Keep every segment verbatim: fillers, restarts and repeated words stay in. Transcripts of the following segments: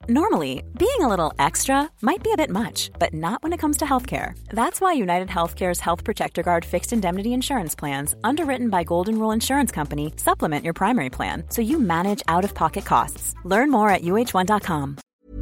Normally, being a little extra might be a bit much, but not when it comes to healthcare. That's why United Healthcare's Health Protector Guard fixed indemnity insurance plans, underwritten by Golden Rule Insurance Company, supplement your primary plan so you manage out-of-pocket costs. Learn more at U H one dot com.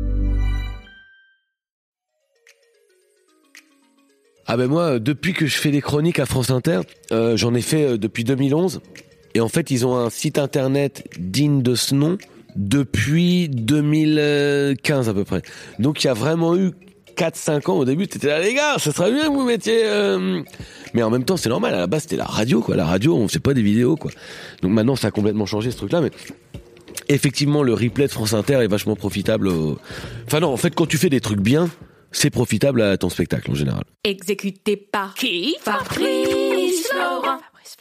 Ah ben moi, depuis que je fais des chroniques à France Inter, euh, j'en ai fait euh, depuis deux mille onze. Et en fait, ils ont un site internet digne de ce nom depuis deux mille quinze à peu près. Donc il y a vraiment eu quatre cinq ans au début, t'étais là les gars, ça serait bien que vous mettiez... Euh... Mais en même temps, c'est normal, à la base c'était la radio quoi. La radio, on fait pas des vidéos quoi. Donc maintenant, ça a complètement changé ce truc-là, mais... Effectivement, le replay de France Inter est vachement profitable. Au... Enfin non, en fait, quand tu fais des trucs bien, c'est profitable à ton spectacle en général. Exécuté par qui? Fabrice Florent.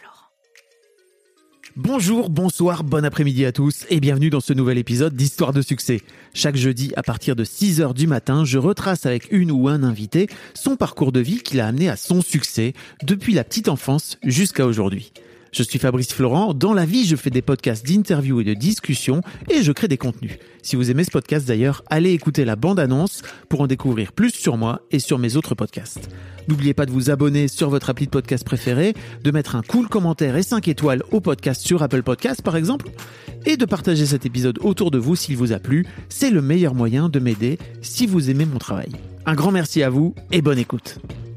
Bonjour, bonsoir, bon après-midi à tous et bienvenue dans ce nouvel épisode d'Histoire de succès. Chaque jeudi à partir de six heures du matin, je retrace avec une ou un invité son parcours de vie qui l'a amené à son succès depuis la petite enfance jusqu'à aujourd'hui. Je suis Fabrice Florent, dans la vie je fais des podcasts d'interviews et de discussions et je crée des contenus. Si vous aimez ce podcast d'ailleurs, allez écouter la bande-annonce pour en découvrir plus sur moi et sur mes autres podcasts. N'oubliez pas de vous abonner sur votre appli de podcast préféré, de mettre un cool commentaire et cinq étoiles au podcast sur Apple Podcasts par exemple, et de partager cet épisode autour de vous s'il vous a plu. C'est le meilleur moyen de m'aider si vous aimez mon travail. Un grand merci à vous et bonne écoute.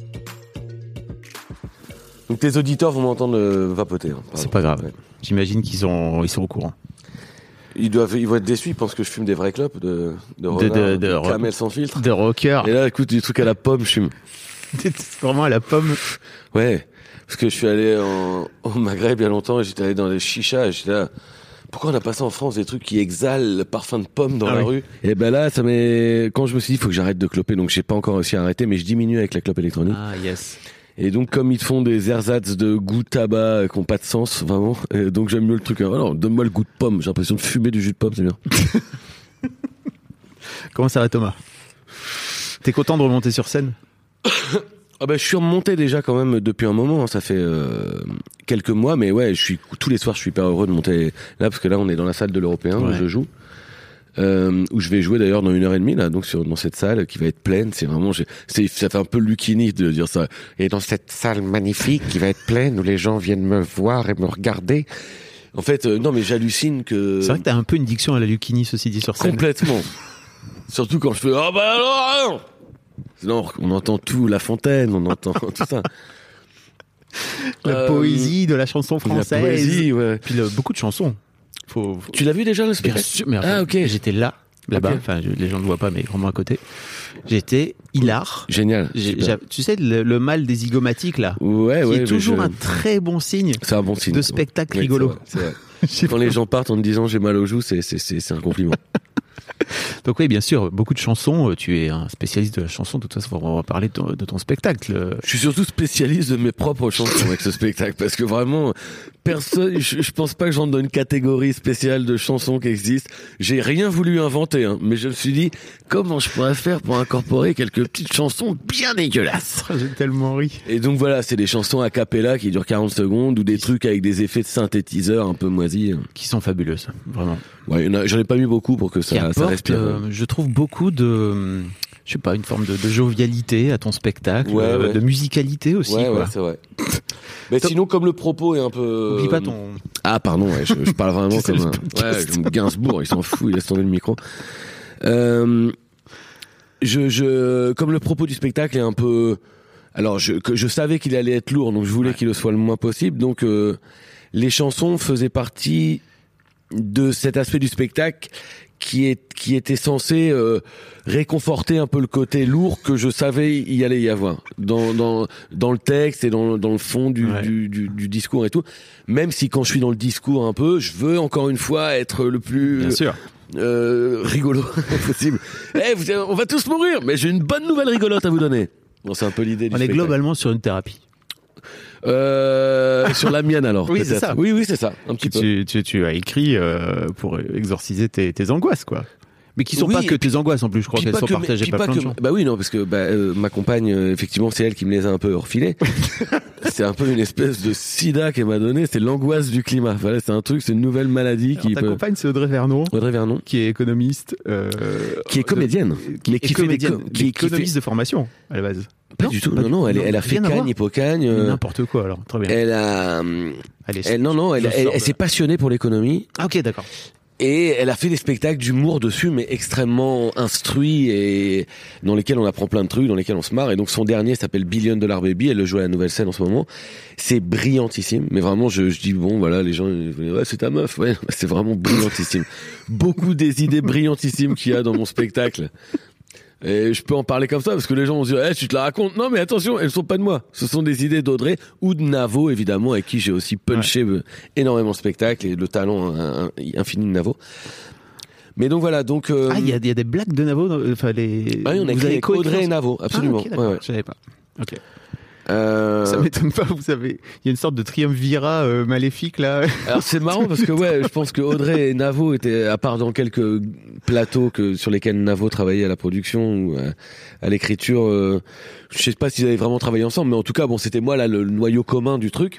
Donc tes auditeurs vont m'entendre euh, vapoter. Hein, C'est pas grave. Ouais. J'imagine qu'ils sont, ils sont au courant. Ils doivent, ils vont être déçus. Ils pensent que je fume des vrais clopes de de, renard, de, de, de, de de Camel sans filtre, de rocker. Et là, écoute, du truc à la pomme, je fume. Vraiment à la pomme. Ouais, parce que je suis allé en, au Maghreb il y a longtemps et j'étais allé dans les chichas et j'étais là. Pourquoi on a pas ça en France, des trucs qui exhalent le parfum de pomme dans ah la oui. rue? Et ben là, ça m'est. Quand je me suis dit, il faut que j'arrête de cloper, donc j'ai pas encore réussi à arrêter, mais je diminue avec la clope électronique. Ah yes. Et donc, comme ils te font des ersatz de goût de tabac qui n'ont pas de sens, vraiment, et donc j'aime mieux le truc. Alors, donne-moi le goût de pomme. J'ai l'impression de fumer du jus de pomme, c'est bien. Comment ça va, Thomas? T'es content de remonter sur scène? Ah ben, je suis remonté déjà quand même depuis un moment. Hein, ça fait euh, quelques mois, mais ouais, je suis tous les soirs, je suis hyper heureux de monter là parce que là, on est dans la salle de l'Européen ouais. où je joue. Euh, où je vais jouer d'ailleurs dans une heure et demie là, donc sur dans cette salle qui va être pleine. C'est vraiment, j'ai, c'est, ça fait un peu Lucchini de dire ça. Et dans cette salle magnifique qui va être pleine où les gens viennent me voir et me regarder. En fait, euh, non mais j'hallucine que. C'est vrai que t'as un peu une diction à la Lucchini, ceci dit sur scène. Complètement. Surtout quand je fais ah oh bah alors. Non, on entend tout, La Fontaine, on entend tout ça. La euh, poésie de la chanson française. La poésie, ouais. Puis le, beaucoup de chansons. Faut, faut... Tu l'as vu déjà le spectacle? Bien sûr, mais ah ok. J'étais là, là-bas. Okay. Enfin, je, les gens ne voient pas, mais vraiment à côté. J'étais hilar. Génial. Tu sais le, le mal des zygomatiques là. Ouais, qui ouais. est toujours je... un très bon signe. C'est un bon signe. De spectacle ouais, rigolo. C'est vrai. C'est vrai. Quand les gens partent en te disant j'ai mal aux joues, c'est c'est c'est, c'est un compliment. Donc oui, bien sûr, beaucoup de chansons. Tu es un spécialiste de la chanson. De toute façon, on va parler de ton, de ton spectacle. Je suis surtout spécialiste de mes propres chansons avec ce spectacle, parce que vraiment, personne. Je, je pense pas que j'entre dans une catégorie spéciale de chansons qui existe. J'ai rien voulu inventer, hein, mais je me suis dit comment je pourrais faire pour incorporer quelques petites chansons bien dégueulasses. J'ai tellement ri. Et donc voilà, c'est des chansons a cappella qui durent quarante secondes ou des trucs avec des effets de synthétiseur un peu moisis, qui sont fabuleuses, vraiment. Ouais, j'en ai pas mis beaucoup pour que ça, apporte, ça respire. Euh, je trouve beaucoup de, je sais pas, une forme de, de jovialité à ton spectacle, ouais, euh, ouais. de musicalité aussi. Ouais, quoi. ouais, c'est vrai. Mais Top. Sinon, comme le propos est un peu. Oublie pas ton. Ah, pardon, ouais, je, je parle vraiment comme un. Ouais, comme Gainsbourg, il s'en fout, il laisse tomber le micro. Euh, je, je, comme le propos du spectacle est un peu. Alors, je, que je savais qu'il allait être lourd, donc je voulais ouais. qu'il le soit le moins possible. Donc, euh, les chansons faisaient partie de cet aspect du spectacle qui est qui était censé euh, réconforter un peu le côté lourd que je savais y allait y avoir dans dans dans le texte et dans dans le fond du ouais. du, du du discours et tout. Même si quand je suis dans le discours un peu, je veux encore une fois être le plus bien sûr euh, rigolo possible. Eh, hey, vous, on va tous mourir, mais j'ai une bonne nouvelle rigolote à vous donner. Bon, c'est un peu l'idée du on spectacle. On est globalement sur une thérapie. Euh, sur la mienne alors. Oui, peut-être. c'est ça. Oui, oui, c'est ça. Un petit tu, peu. Tu, tu as écrit euh, pour exorciser tes, tes angoisses, quoi. Mais qui sont Oui, pas que et puis- tes angoisses en plus, je crois Puis qu'elles pas sont que- partagées puis par pas plein de que- gens. Bah oui, non, parce que bah, euh, ma compagne, euh, effectivement, c'est elle qui me les a un peu refilés. C'est un peu une espèce de sida qu'elle m'a donné, c'est l'angoisse du climat. Voilà, c'est un truc, c'est une nouvelle maladie Alors, qui ta peut... compagne, c'est Audrey Vernon, Audrey Vernon, qui est économiste. euh, qui est comédienne, qui mais est qui fait des comédienne, co- qui est qui- qui économiste fait- de formation, à la base. Pas Non, du tout, pas non, du- non, elle, non, elle a fait rien à voir. Cagne, Hippocagne. euh, N'importe quoi, alors. Très bien. Elle a, euh, Allez, elle, non, non, elle, je elle, sors elle de s'est là. passionnée pour l'économie. Ah, ok, d'accord. Et elle a fait des spectacles d'humour dessus, mais extrêmement instruits et dans lesquels on apprend plein de trucs, dans lesquels on se marre. Et donc son dernier s'appelle Billion Dollar Baby. Elle le joue à la Nouvelle Scène en ce moment. C'est brillantissime. Mais vraiment, je, je dis bon, voilà, les gens, ils vont dire, ouais, c'est ta meuf. Ouais, c'est vraiment brillantissime. Beaucoup des idées brillantissimes qu'il y a dans mon spectacle. Et je peux en parler comme ça parce que les gens vont se dire, eh, tu te la racontes. Non, mais attention, elles sont pas de moi. Ce sont des idées d'Audrey ou de Navo, évidemment, avec qui j'ai aussi punché ouais. énormément de spectacles et le talent hein, infini de Navo. Mais donc voilà, donc. Euh... Ah, il y, y a des blagues de Navo, enfin les. Ah oui, on a écrit avec Audrey et Navo, absolument. Ah, okay, ouais, ouais. Je savais pas. Ok. Euh... Ça m'étonne pas, vous savez. Il y a une sorte de triumvirat euh, maléfique là. Alors c'est marrant parce que ouais, je pense que Audrey et Navo étaient, à part dans quelques plateaux que sur lesquels Navo travaillait à la production ou à, à l'écriture, euh, je sais pas s'ils avaient vraiment travaillé ensemble, mais en tout cas bon, c'était moi là le noyau commun du truc.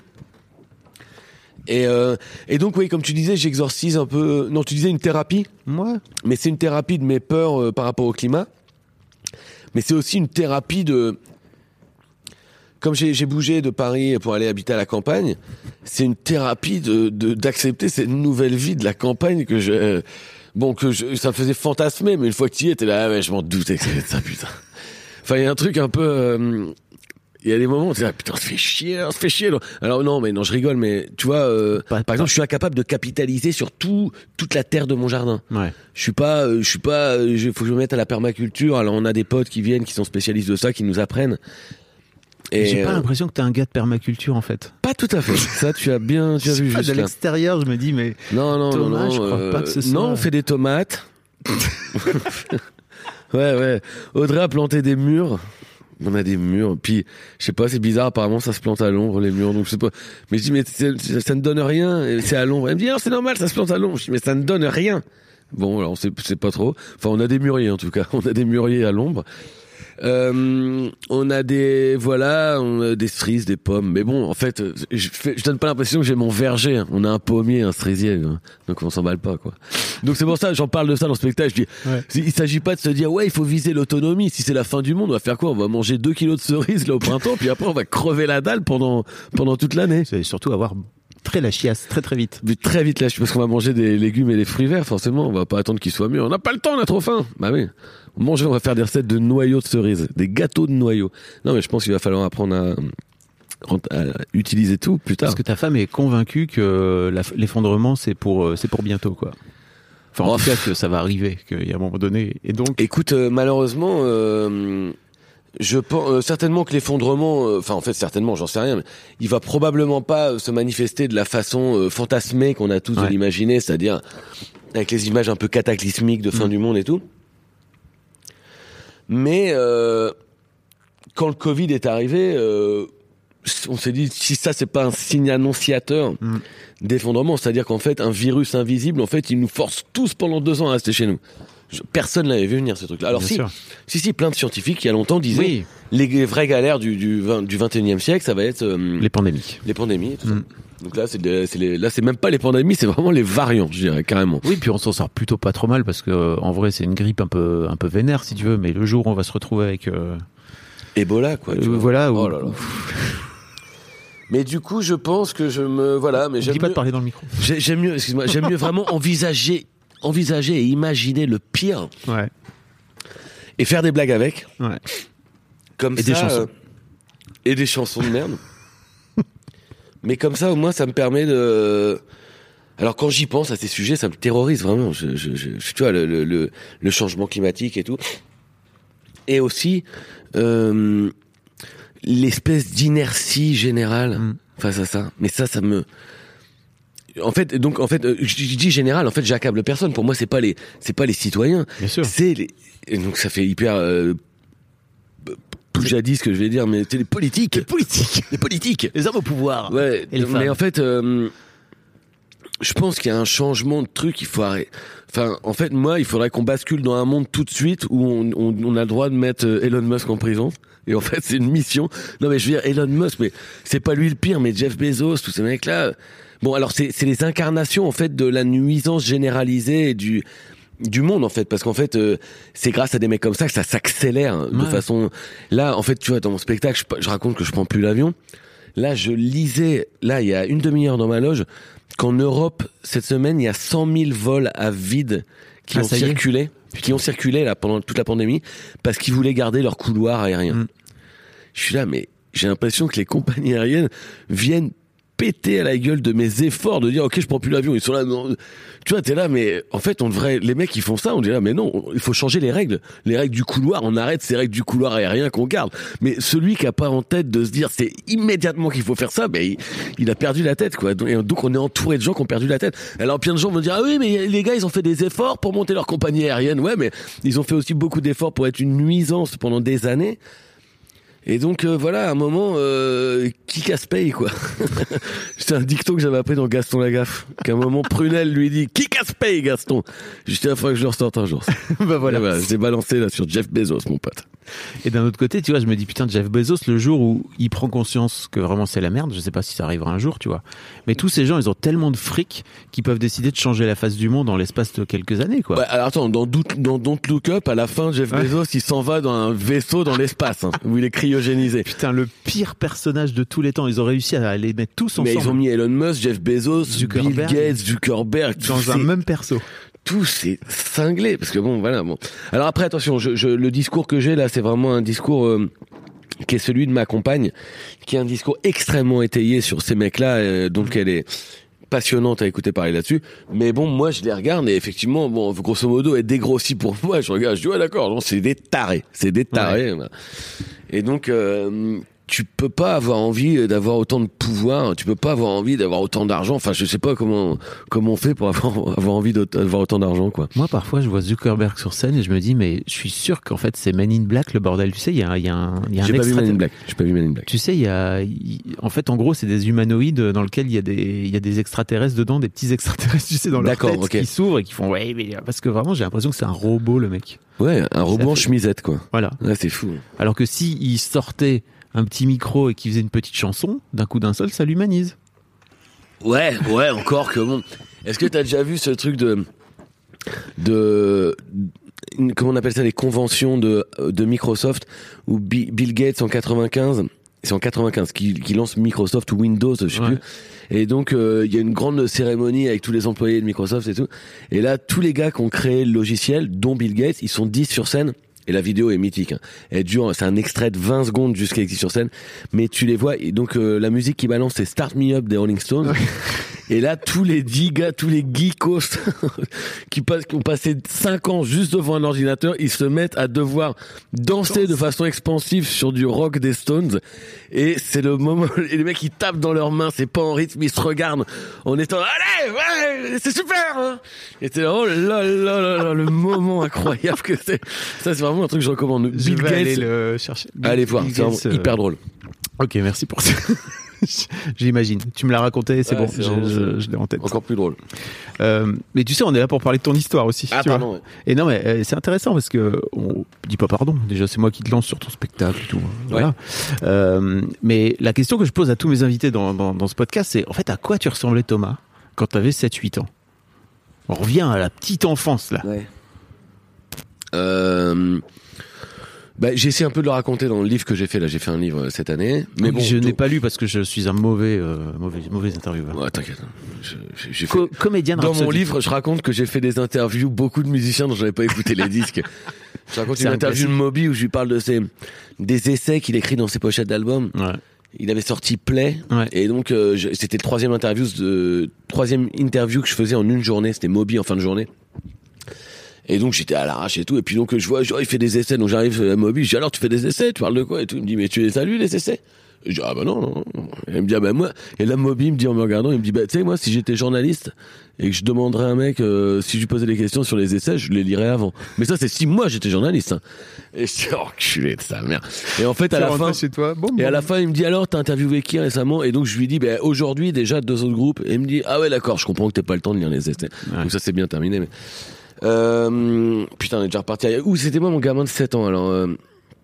Et euh, et donc oui, comme tu disais, j'exorcise un peu. Non, tu disais une thérapie. Ouais. Mais c'est une thérapie de mes peurs euh, par rapport au climat. Mais c'est aussi une thérapie de. Comme j'ai, j'ai bougé de Paris pour aller habiter à la campagne, c'est une thérapie de, de d'accepter cette nouvelle vie de la campagne que je, euh, bon que je, ça me faisait fantasmer, mais une fois que tu y es, t'es là, ah ouais, je m'en doutais que c'était ça, putain. Enfin, il y a un truc un peu, euh, il y a des moments où tu dis, ah, putain, on se fait chier, on se fait chier. Alors non, mais non, je rigole, mais tu vois, euh, pas, par pas. exemple, je suis incapable de capitaliser sur tout, toute la terre de mon jardin. Ouais. Je suis pas, euh, je suis pas, il faut que je me mette à la permaculture. Alors on a des potes qui viennent, qui sont spécialistes de ça, qui nous apprennent. Et j'ai pas euh, l'impression que t'es un gars de permaculture en fait. Pas tout à fait. Ça, tu as bien, tu as vu juste de là. l'extérieur, je me dis mais. Non, non, Thomas, non, non. je crois euh, pas que ce soit... Non, on fait des tomates. ouais, ouais. Audrey a planté des murs. On a des murs. Puis, je sais pas, c'est bizarre. Apparemment, ça se plante à l'ombre les murs. Donc je sais pas. Mais je dis mais c'est, ça, ça ne donne rien. C'est à l'ombre. Elle me dit non, c'est normal, ça se plante à l'ombre. Je dis mais ça ne donne rien. Bon, alors on sait, c'est pas trop. Enfin, on a des mûriers en tout cas. On a des mûriers à l'ombre. Euh, on a des voilà, on a des cerises, des pommes, mais bon, en fait, je, fais, je donne pas l'impression que j'ai mon verger. On a un pommier, un cerisier, hein, donc on s'emballe pas quoi. Donc c'est pour ça, j'en parle de ça dans le spectacle. Je dis, ouais. Il s'agit pas de se dire ouais, il faut viser l'autonomie. Si c'est la fin du monde, on va faire quoi? On va manger deux kilos de cerises là au printemps, puis après on va crever la dalle pendant pendant toute l'année. C'est surtout avoir très la chiasse, très très vite. Mais très vite là, parce qu'on va manger des légumes et des fruits verts, forcément. On va pas attendre qu'ils soient mûrs. On n'a pas le temps, on a trop faim. Bah oui. On mange, on va faire des recettes de noyaux de cerises, des gâteaux de noyaux. Non, mais je pense qu'il va falloir apprendre à, à utiliser tout plus tard. Parce que ta femme est convaincue que la, l'effondrement c'est pour c'est pour bientôt quoi. Enfin, en oh, tout cas que ça va arriver, qu'il y a un moment donné. Et donc. Écoute, euh, malheureusement. Euh, Je pense euh, certainement que l'effondrement, enfin euh, en fait certainement, j'en sais rien, mais il va probablement pas euh, se manifester de la façon euh, fantasmée qu'on a tous ouais. de l'imaginer, c'est-à-dire avec les images un peu cataclysmiques de fin mmh. du monde et tout. Mais euh, quand le Covid est arrivé, euh, on s'est dit si ça c'est pas un signe annonciateur mmh. d'effondrement, c'est-à-dire qu'en fait un virus invisible, en fait, il nous force tous pendant deux ans à rester chez nous. Je, personne l'avait vu venir ce truc-là. Alors si, si, si, plein de scientifiques il y a longtemps disaient oui. les, les vraies galères du du, du vingt et unième siècle, ça va être euh, les pandémies, les pandémies. Et tout mm. ça. Donc là, c'est, des, c'est les, là, c'est même pas les pandémies, c'est vraiment les variants, je dirais carrément. Oui, puis on s'en sort plutôt pas trop mal parce que euh, en vrai, c'est une grippe un peu un peu vénère si tu veux, mais le jour où on va se retrouver avec euh... Ebola, quoi. Euh, voilà. Oh ou... là là. Mais du coup, je pense que je me voilà, mais on j'aime dit pas mieux... de parler dans le micro. J'ai, j'aime mieux, excuse-moi, j'aime mieux vraiment envisager. envisager et imaginer le pire ouais. et faire des blagues avec ouais. comme et ça des chansons. Euh, et des chansons de merde mais comme ça au moins ça me permet de alors quand j'y pense à ces sujets ça me terrorise vraiment je, je, je, tu vois le, le, le changement climatique et tout et aussi euh, l'espèce d'inertie générale mm. face à ça mais ça ça me En fait, donc en fait, je dis général. En fait, j'accable personne. Pour moi, c'est pas les, c'est pas les citoyens. Bien sûr. C'est les. Et donc ça fait hyper. Euh, plus jadis que je vais dire, mais c'est les politiques. Les politiques. Les politiques. Les hommes au pouvoir. Ouais. Et les mais femmes. en fait, euh, je pense qu'il y a un changement de truc, il faut arrêter. Enfin, en fait, moi, il faudrait qu'on bascule dans un monde tout de suite où on, on, on a le droit de mettre Elon Musk en prison. Et en fait, c'est une mission. Non, mais je veux dire, Elon Musk, mais c'est pas lui le pire, mais Jeff Bezos, tous ces mecs-là. Bon, alors c'est, c'est les incarnations, en fait, de la nuisance généralisée et du, du monde, en fait. Parce qu'en fait, euh, c'est grâce à des mecs comme ça que ça s'accélère ouais. de façon... Là, en fait, tu vois, dans mon spectacle, je, je raconte que je prends plus l'avion. Là, je lisais, là, il y a une demi-heure dans ma loge, qu'en Europe, cette semaine, il y a cent mille vols à vide qui ah, ont circulé, qui ont circulé là pendant toute la pandémie, parce qu'ils voulaient garder leur couloir aérien. Mm. Je suis là, mais j'ai l'impression que les compagnies aériennes viennent péter à la gueule de mes efforts de dire ok je prends plus l'avion, ils sont là, non. Tu vois, t'es là, mais en fait on devrait, les mecs qui font ça, on dit là mais non, il faut changer les règles, les règles du couloir, on arrête ces règles du couloir aérien qu'on garde. Mais celui qui a pas en tête de se dire c'est immédiatement qu'il faut faire ça, ben il, il a perdu la tête quoi. Et donc on est entouré de gens qui ont perdu la tête. Alors plein de gens vont dire ah oui mais les gars ils ont fait des efforts pour monter leur compagnie aérienne, ouais mais ils ont fait aussi beaucoup d'efforts pour être une nuisance pendant des années. Et donc euh, voilà, à un moment, euh, qui casse paye quoi. C'était un dicton que j'avais appris dans Gaston Lagaffe. Qu'à un moment, Prunel lui dit qui casse paye Gaston. J'étais la fois que je le ressorte un jour. bah voilà, bah, j'ai balancé là sur Jeff Bezos, mon pote. Et d'un autre côté, tu vois, je me dis putain, Jeff Bezos, le jour où il prend conscience que vraiment c'est la merde, je sais pas si ça arrivera un jour, tu vois. Mais tous ces gens, ils ont tellement de fric qu'ils peuvent décider de changer la face du monde en l'espace de quelques années, quoi. Ouais, alors attends, dans Don't, dans Don't Look Up, à la fin, Jeff ouais. Bezos, il s'en va dans un vaisseau dans l'espace, hein, où il est cryogénisé. Putain, le pire personnage de tous les temps. Ils ont réussi à les mettre tous ensemble. Mais ils ont mis Elon Musk, Jeff Bezos, Zuckerberg, Bill Gates, Zuckerberg, dans un même perso. Tout c'est cinglé parce que bon voilà bon. Alors après attention, je, je, le discours que j'ai là, c'est vraiment un discours euh, qui est celui de ma compagne, qui est un discours extrêmement étayé sur ces mecs-là, euh, donc elle est passionnante à écouter parler là-dessus. Mais bon, moi je les regarde et effectivement, bon, grosso modo, elle dégrossit pour moi. Je regarde, je dis ouais d'accord, non, c'est des tarés, c'est des tarés. Ouais. Et donc. Euh, tu peux pas avoir envie d'avoir autant de pouvoir, tu peux pas avoir envie d'avoir autant d'argent. Enfin, je sais pas comment comment on fait pour avoir avoir envie d'avoir autant d'argent, quoi. Moi, parfois, je vois Zuckerberg sur scène et je me dis, mais je suis sûr qu'en fait, c'est Men in Black, le bordel. Tu sais, il y a, il y a un, il y a un J'ai pas extra... vu Men in Black. J'ai pas vu Men in Black. Tu sais, il y a, il... en fait, en gros, c'est des humanoïdes dans lesquels il y a des, il y a des extraterrestres dedans, des petits extraterrestres, tu sais, dans leur tête, okay. qui s'ouvrent et qui font, ouais, mais parce que vraiment, j'ai l'impression que c'est un robot, le mec. Ouais, un robot en fait... chemisette, quoi. Voilà. Ouais, c'est fou. Alors que si il sortait un petit micro et qui faisait une petite chanson, d'un coup d'un seul, ça l'humanise. Ouais, ouais, encore que bon. Est-ce que t'as déjà vu ce truc de, de, comment on appelle ça, les conventions de, de Microsoft, où Bill Gates en quatre-vingt-quinze, c'est en quatre-vingt-quinze qui, qui lance Microsoft ou Windows, je sais ouais. plus. Et donc il euh, y a une grande cérémonie avec tous les employés de Microsoft et tout. Et là, tous les gars qui ont créé le logiciel, dont Bill Gates, ils sont dix sur scène. Et la vidéo est mythique. Hein. Elle dure, c'est un extrait de vingt secondes jusqu'à existe sur scène. Mais tu les vois. Et donc euh, la musique qui balance, c'est Start Me Up des Rolling Stones. Et là, tous les dix gars, tous les geekos qui passent, qui ont passé cinq ans juste devant un ordinateur, ils se mettent à devoir danser de façon expansive sur du rock des Stones. Et c'est le moment, et les mecs ils tapent dans leurs mains, c'est pas en rythme, ils se regardent en étant allez, ouais, c'est super. Hein. Et c'est oh là là là là, le moment incroyable que c'est. Ça c'est vraiment un truc que je recommande. Je Bill vais Gates, aller le chercher. Bill, allez voir, c'est vraiment euh... hyper drôle. Ok, merci pour ça. J'imagine. Tu me l'as raconté, c'est ouais, bon, c'est je, je, je l'ai en tête. Encore plus drôle. Euh, mais tu sais, on est là pour parler de ton histoire aussi. Ah, tu pardon. vois Ouais. Et non, mais euh, c'est intéressant parce que on dit pas pardon. Déjà, c'est moi qui te lance sur ton spectacle et tout. Voilà. Ouais. Euh, mais la question que je pose à tous mes invités dans, dans, dans ce podcast, c'est en fait, à quoi tu ressemblais, Thomas, quand tu avais sept huit ans? On revient à la petite enfance, là. Ouais. Euh... Bah, j'ai essayé un peu de le raconter dans le livre que j'ai fait. Là, j'ai fait un livre cette année. Mais bon, je donc... n'ai pas lu parce que je suis un mauvais, euh, mauvais, mauvais intervieweur. Ouais, t'inquiète. Je, j'ai Co- fait... Comédien. Dans mon livre, je raconte que j'ai fait des interviews, beaucoup de musiciens dont j'avais pas écouté les disques. Je raconte une interview de Moby où je lui parle de ses, des essais qu'il écrit dans ses pochettes d'albums. Ouais. Il avait sorti Play. Ouais. Et donc, euh, je, c'était le troisième interview de, troisième interview que je faisais en une journée. C'était Moby en fin de journée. Et donc j'étais à l'arrache et tout, et puis donc je vois, je vois il fait des essais, donc j'arrive à Moby, je dis alors tu fais des essais, tu parles de quoi et tout, il me dit mais tu les as lus les essais? Je dis, ah bah non, non, non. Elle me dit, ah bah moi, et là, Moby me dit en me regardant, il me dit, bah tu sais, moi, si j'étais journaliste et que je demanderais à un mec, euh, si je lui posais des questions sur les essais, je les lirais avant. Mais ça, c'est si moi, j'étais journaliste. Hein. Et je dis, oh, enculé de sa mère. Et en fait, à la fin, chez toi. Bon, et bon. à la fin, il me dit, alors, t'as interviewé qui récemment? Et donc, je lui dis, bah aujourd'hui, déjà, deux autres groupes. Et il me dit, ah ouais, d'accord, je comprends que t'aies pas le temps de lire les essais. Ouais. Donc ça, c'est bien terminé, mais, euh, putain, on est déjà reparti. Ouh, c'était moi, mon gamin de sept ans, alors, euh,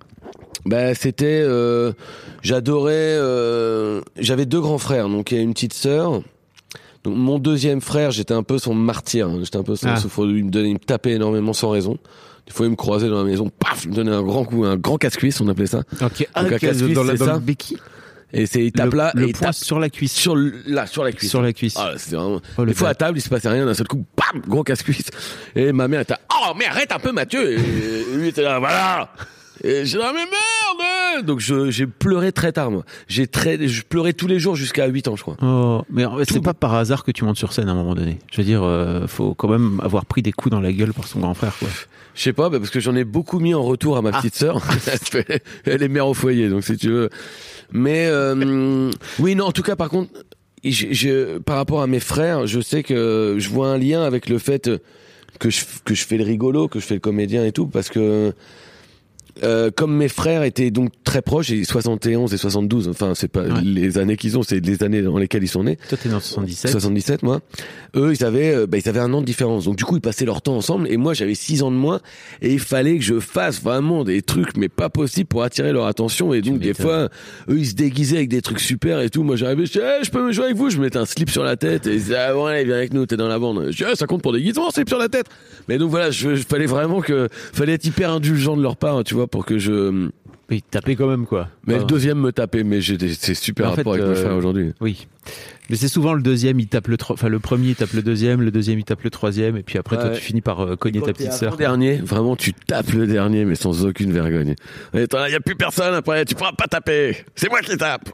bah c'était euh, j'adorais euh, j'avais deux grands frères, donc il y a une petite sœur. Donc mon deuxième frère, j'étais un peu son martyr, hein. J'étais un peu son ah. souffre, il me donnait, il me tapait énormément sans raison. Des fois il me croisait dans la maison, paf, il me donnait un grand coup, un grand casse-cuisse, on appelait ça. OK, donc ah, un casse-cuisse, dans, la, c'est dans ça. le béquille. Et c'est il tape le, là le et il poing tape sur la cuisse. Sur là, sur la cuisse. Sur la cuisse. Ah, c'était vraiment oh, des fois à table, il se passait rien, d'un seul coup, bam, gros casse-cuisse. Et ma mère était oh, mais arrête un peu Mathieu. Et lui était là, voilà. Et j'ai dit, ah, mais merde! Donc, je, j'ai pleuré très tard, moi. J'ai très, je pleurais tous les jours jusqu'à huit ans, je crois. Oh, mais c'est Tout... pas par hasard que tu montes sur scène à un moment donné. Je veux dire, euh, faut quand même avoir pris des coups dans la gueule par son grand frère, quoi. Je sais pas, bah, parce que j'en ai beaucoup mis en retour à ma petite ah. sœur. Elle est mère au foyer, donc si tu veux. Mais, euh, oui, non, en tout cas, par contre, je, je, par rapport à mes frères, je sais que je vois un lien avec le fait que je, que je fais le rigolo, que je fais le comédien et tout, parce que, Euh, comme mes frères étaient donc très proches, et soixante et onze et soixante-douze, enfin c'est pas ouais. les années qu'ils ont, c'est les années dans lesquelles ils sont nés. Toi t'es né en soixante-dix-sept. soixante-dix-sept moi. Eux ils avaient, euh, bah, ils avaient un an de différence, donc du coup ils passaient leur temps ensemble et moi j'avais six ans de moins et il fallait que je fasse vraiment des trucs mais pas possible pour attirer leur attention et donc des fois eux ils se déguisaient avec des trucs super et tout. Moi j'arrivais, je disais hey, je peux me jouer avec vous, je me mettais un slip sur la tête et ils disaient ah ouais viens avec nous, t'es dans la bande. Je dis hey, ça compte pour des guides, un slip sur la tête. Mais donc voilà, je, je fallait vraiment que fallait être hyper indulgent de leur part, tu vois, pour que je mais il tapait quand même quoi. Mais ah. le deuxième me tapait, mais j'ai des, c'est super en rapport fait, avec euh, mes frères aujourd'hui. Oui, mais c'est souvent le deuxième il tape le tro... enfin le premier il tape le deuxième, le deuxième il tape le troisième et puis après ouais. toi tu finis par euh, cogner ta petite sœur. Le dernier, vraiment tu tapes le dernier mais sans aucune vergogne. Il y a plus personne après, tu pourras pas taper. C'est moi qui tape.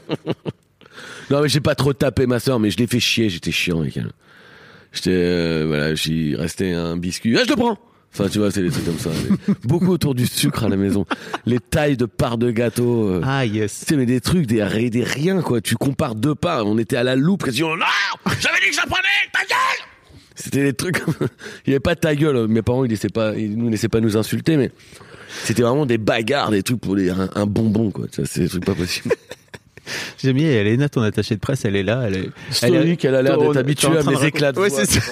Non mais j'ai pas trop tapé ma sœur, mais je l'ai fait chier, j'étais chiant avec elle. J'étais euh, voilà, j'y restais un biscuit. Ah je le prends. Enfin, tu vois, c'est des trucs comme ça. Beaucoup autour du sucre à la maison. Les tailles de parts de gâteau. Euh, ah, yes. Tu sais, mais des trucs, des, des rien, quoi. Tu compares deux parts. On était à la loupe. On dit, non! J'avais dit que j'apprenais! Ta gueule! C'était des trucs comme... Il y avait pas de ta gueule. Mes parents, ils laissaient pas, ils nous laissaient pas nous insulter, mais c'était vraiment des bagarres, des trucs pour les, un, un bonbon, quoi. Tu vois, c'est des trucs pas possibles. J'aime bien, Elena, ton attachée de presse, elle est là. Elle est, Stoïque, elle, est... elle a l'air d'être habituée à mes éclats de ouais, voix. C'est ça.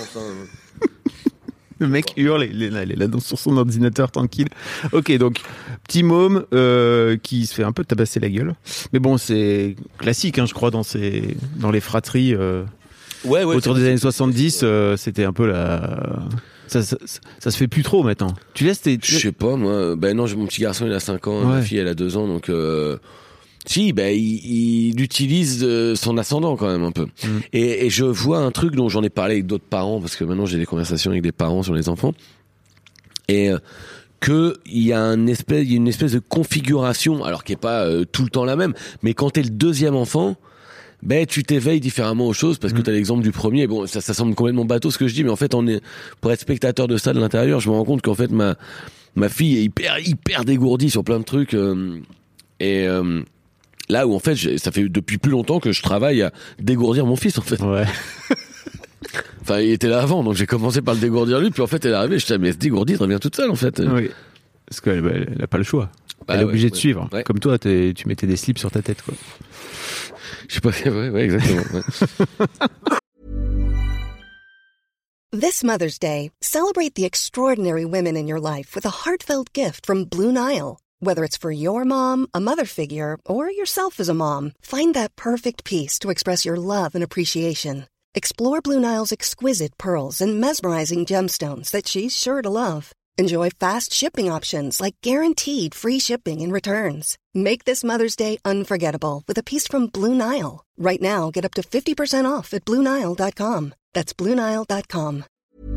Le mec hurle, il est là, il est là dans, sur son ordinateur tranquille. Ok, donc petit môme euh, qui se fait un peu tabasser la gueule. Mais bon, c'est classique, hein, je crois, dans ces, dans les fratries. Euh, ouais, ouais. Autour des années soixante-dix, euh, c'était un peu la. Ça, ça, ça, ça se fait plus trop maintenant. Tu laisses tes. Je sais pas, moi. Ben non, mon petit garçon il a cinq ans, ouais. Ma fille elle a deux ans, donc. Euh... Si, ben il, il utilise euh, son ascendant quand même un peu. Mmh. Et, et je vois un truc dont j'en ai parlé avec d'autres parents parce que maintenant j'ai des conversations avec des parents sur les enfants et euh, que il y a un espèce, il y a une espèce de configuration, alors qui est pas euh, tout le temps la même, mais quand t'es le deuxième enfant, ben tu t'éveilles différemment aux choses parce que mmh. t'as l'exemple du premier. Bon, ça, ça semble complètement bateau ce que je dis, mais en fait on est pour être spectateur de ça de l'intérieur, je me rends compte qu'en fait ma ma fille est hyper hyper dégourdie sur plein de trucs euh, et euh, là où en fait ça fait depuis plus longtemps que je travaille à dégourdir mon fils en fait. Ouais. Enfin il était là avant donc j'ai commencé par le dégourdir lui puis en fait elle est arrivée je disais mais elle se dégourdit elle revient toute seule en fait. Oui. Parce qu'elle elle a pas le choix. Bah, elle est ouais, obligée ouais, de suivre. Ouais. Comme toi tu mettais des slips sur ta tête quoi. Je sais pas ouais, ouais exactement. Ouais. This Mother's Day, celebrate the extraordinary women in your life with a heartfelt gift from Blue Nile. Whether it's for your mom, a mother figure, or yourself as a mom, find that perfect piece to express your love and appreciation. Explore Blue Nile's exquisite pearls and mesmerizing gemstones that she's sure to love. Enjoy fast shipping options like guaranteed free shipping and returns. Make this Mother's Day unforgettable with a piece from Blue Nile. Right now, get up to fifty percent off at Blue Nile dot com. That's Blue Nile dot com.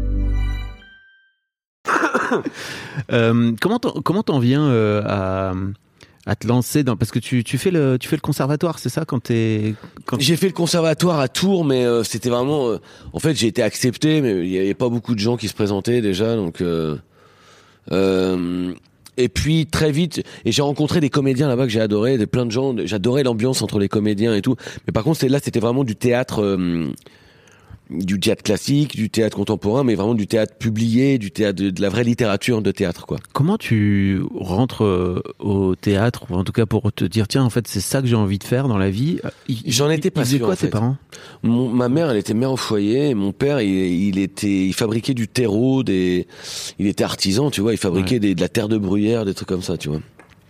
euh, comment t'en, comment t'en viens euh, à, à te lancer dans parce que tu tu fais le tu fais le conservatoire c'est ça quand t'es quand... J'ai fait le conservatoire à Tours mais euh, c'était vraiment euh, en fait j'ai été accepté mais il y avait pas beaucoup de gens qui se présentaient déjà donc euh, euh, et puis très vite, et j'ai rencontré des comédiens là-bas que j'ai adoré, des plein de gens. J'adorais l'ambiance entre les comédiens et tout. Mais par contre, c'est là, c'était vraiment du théâtre. Euh, du théâtre classique, du théâtre contemporain, mais vraiment du théâtre publié, du théâtre de, de la vraie littérature de théâtre, quoi. Comment tu rentres euh, au théâtre, ou en tout cas pour te dire tiens en fait c'est ça que j'ai envie de faire dans la vie. Il, J'en étais pas sûr. Ils faisaient quoi en tes fait. parents? Mon, ma mère, elle était mère au foyer, et mon père, il, il était, il fabriquait du terreau, des, il était artisan, tu vois, il fabriquait ouais. des, de la terre de bruyère, des trucs comme ça, tu vois.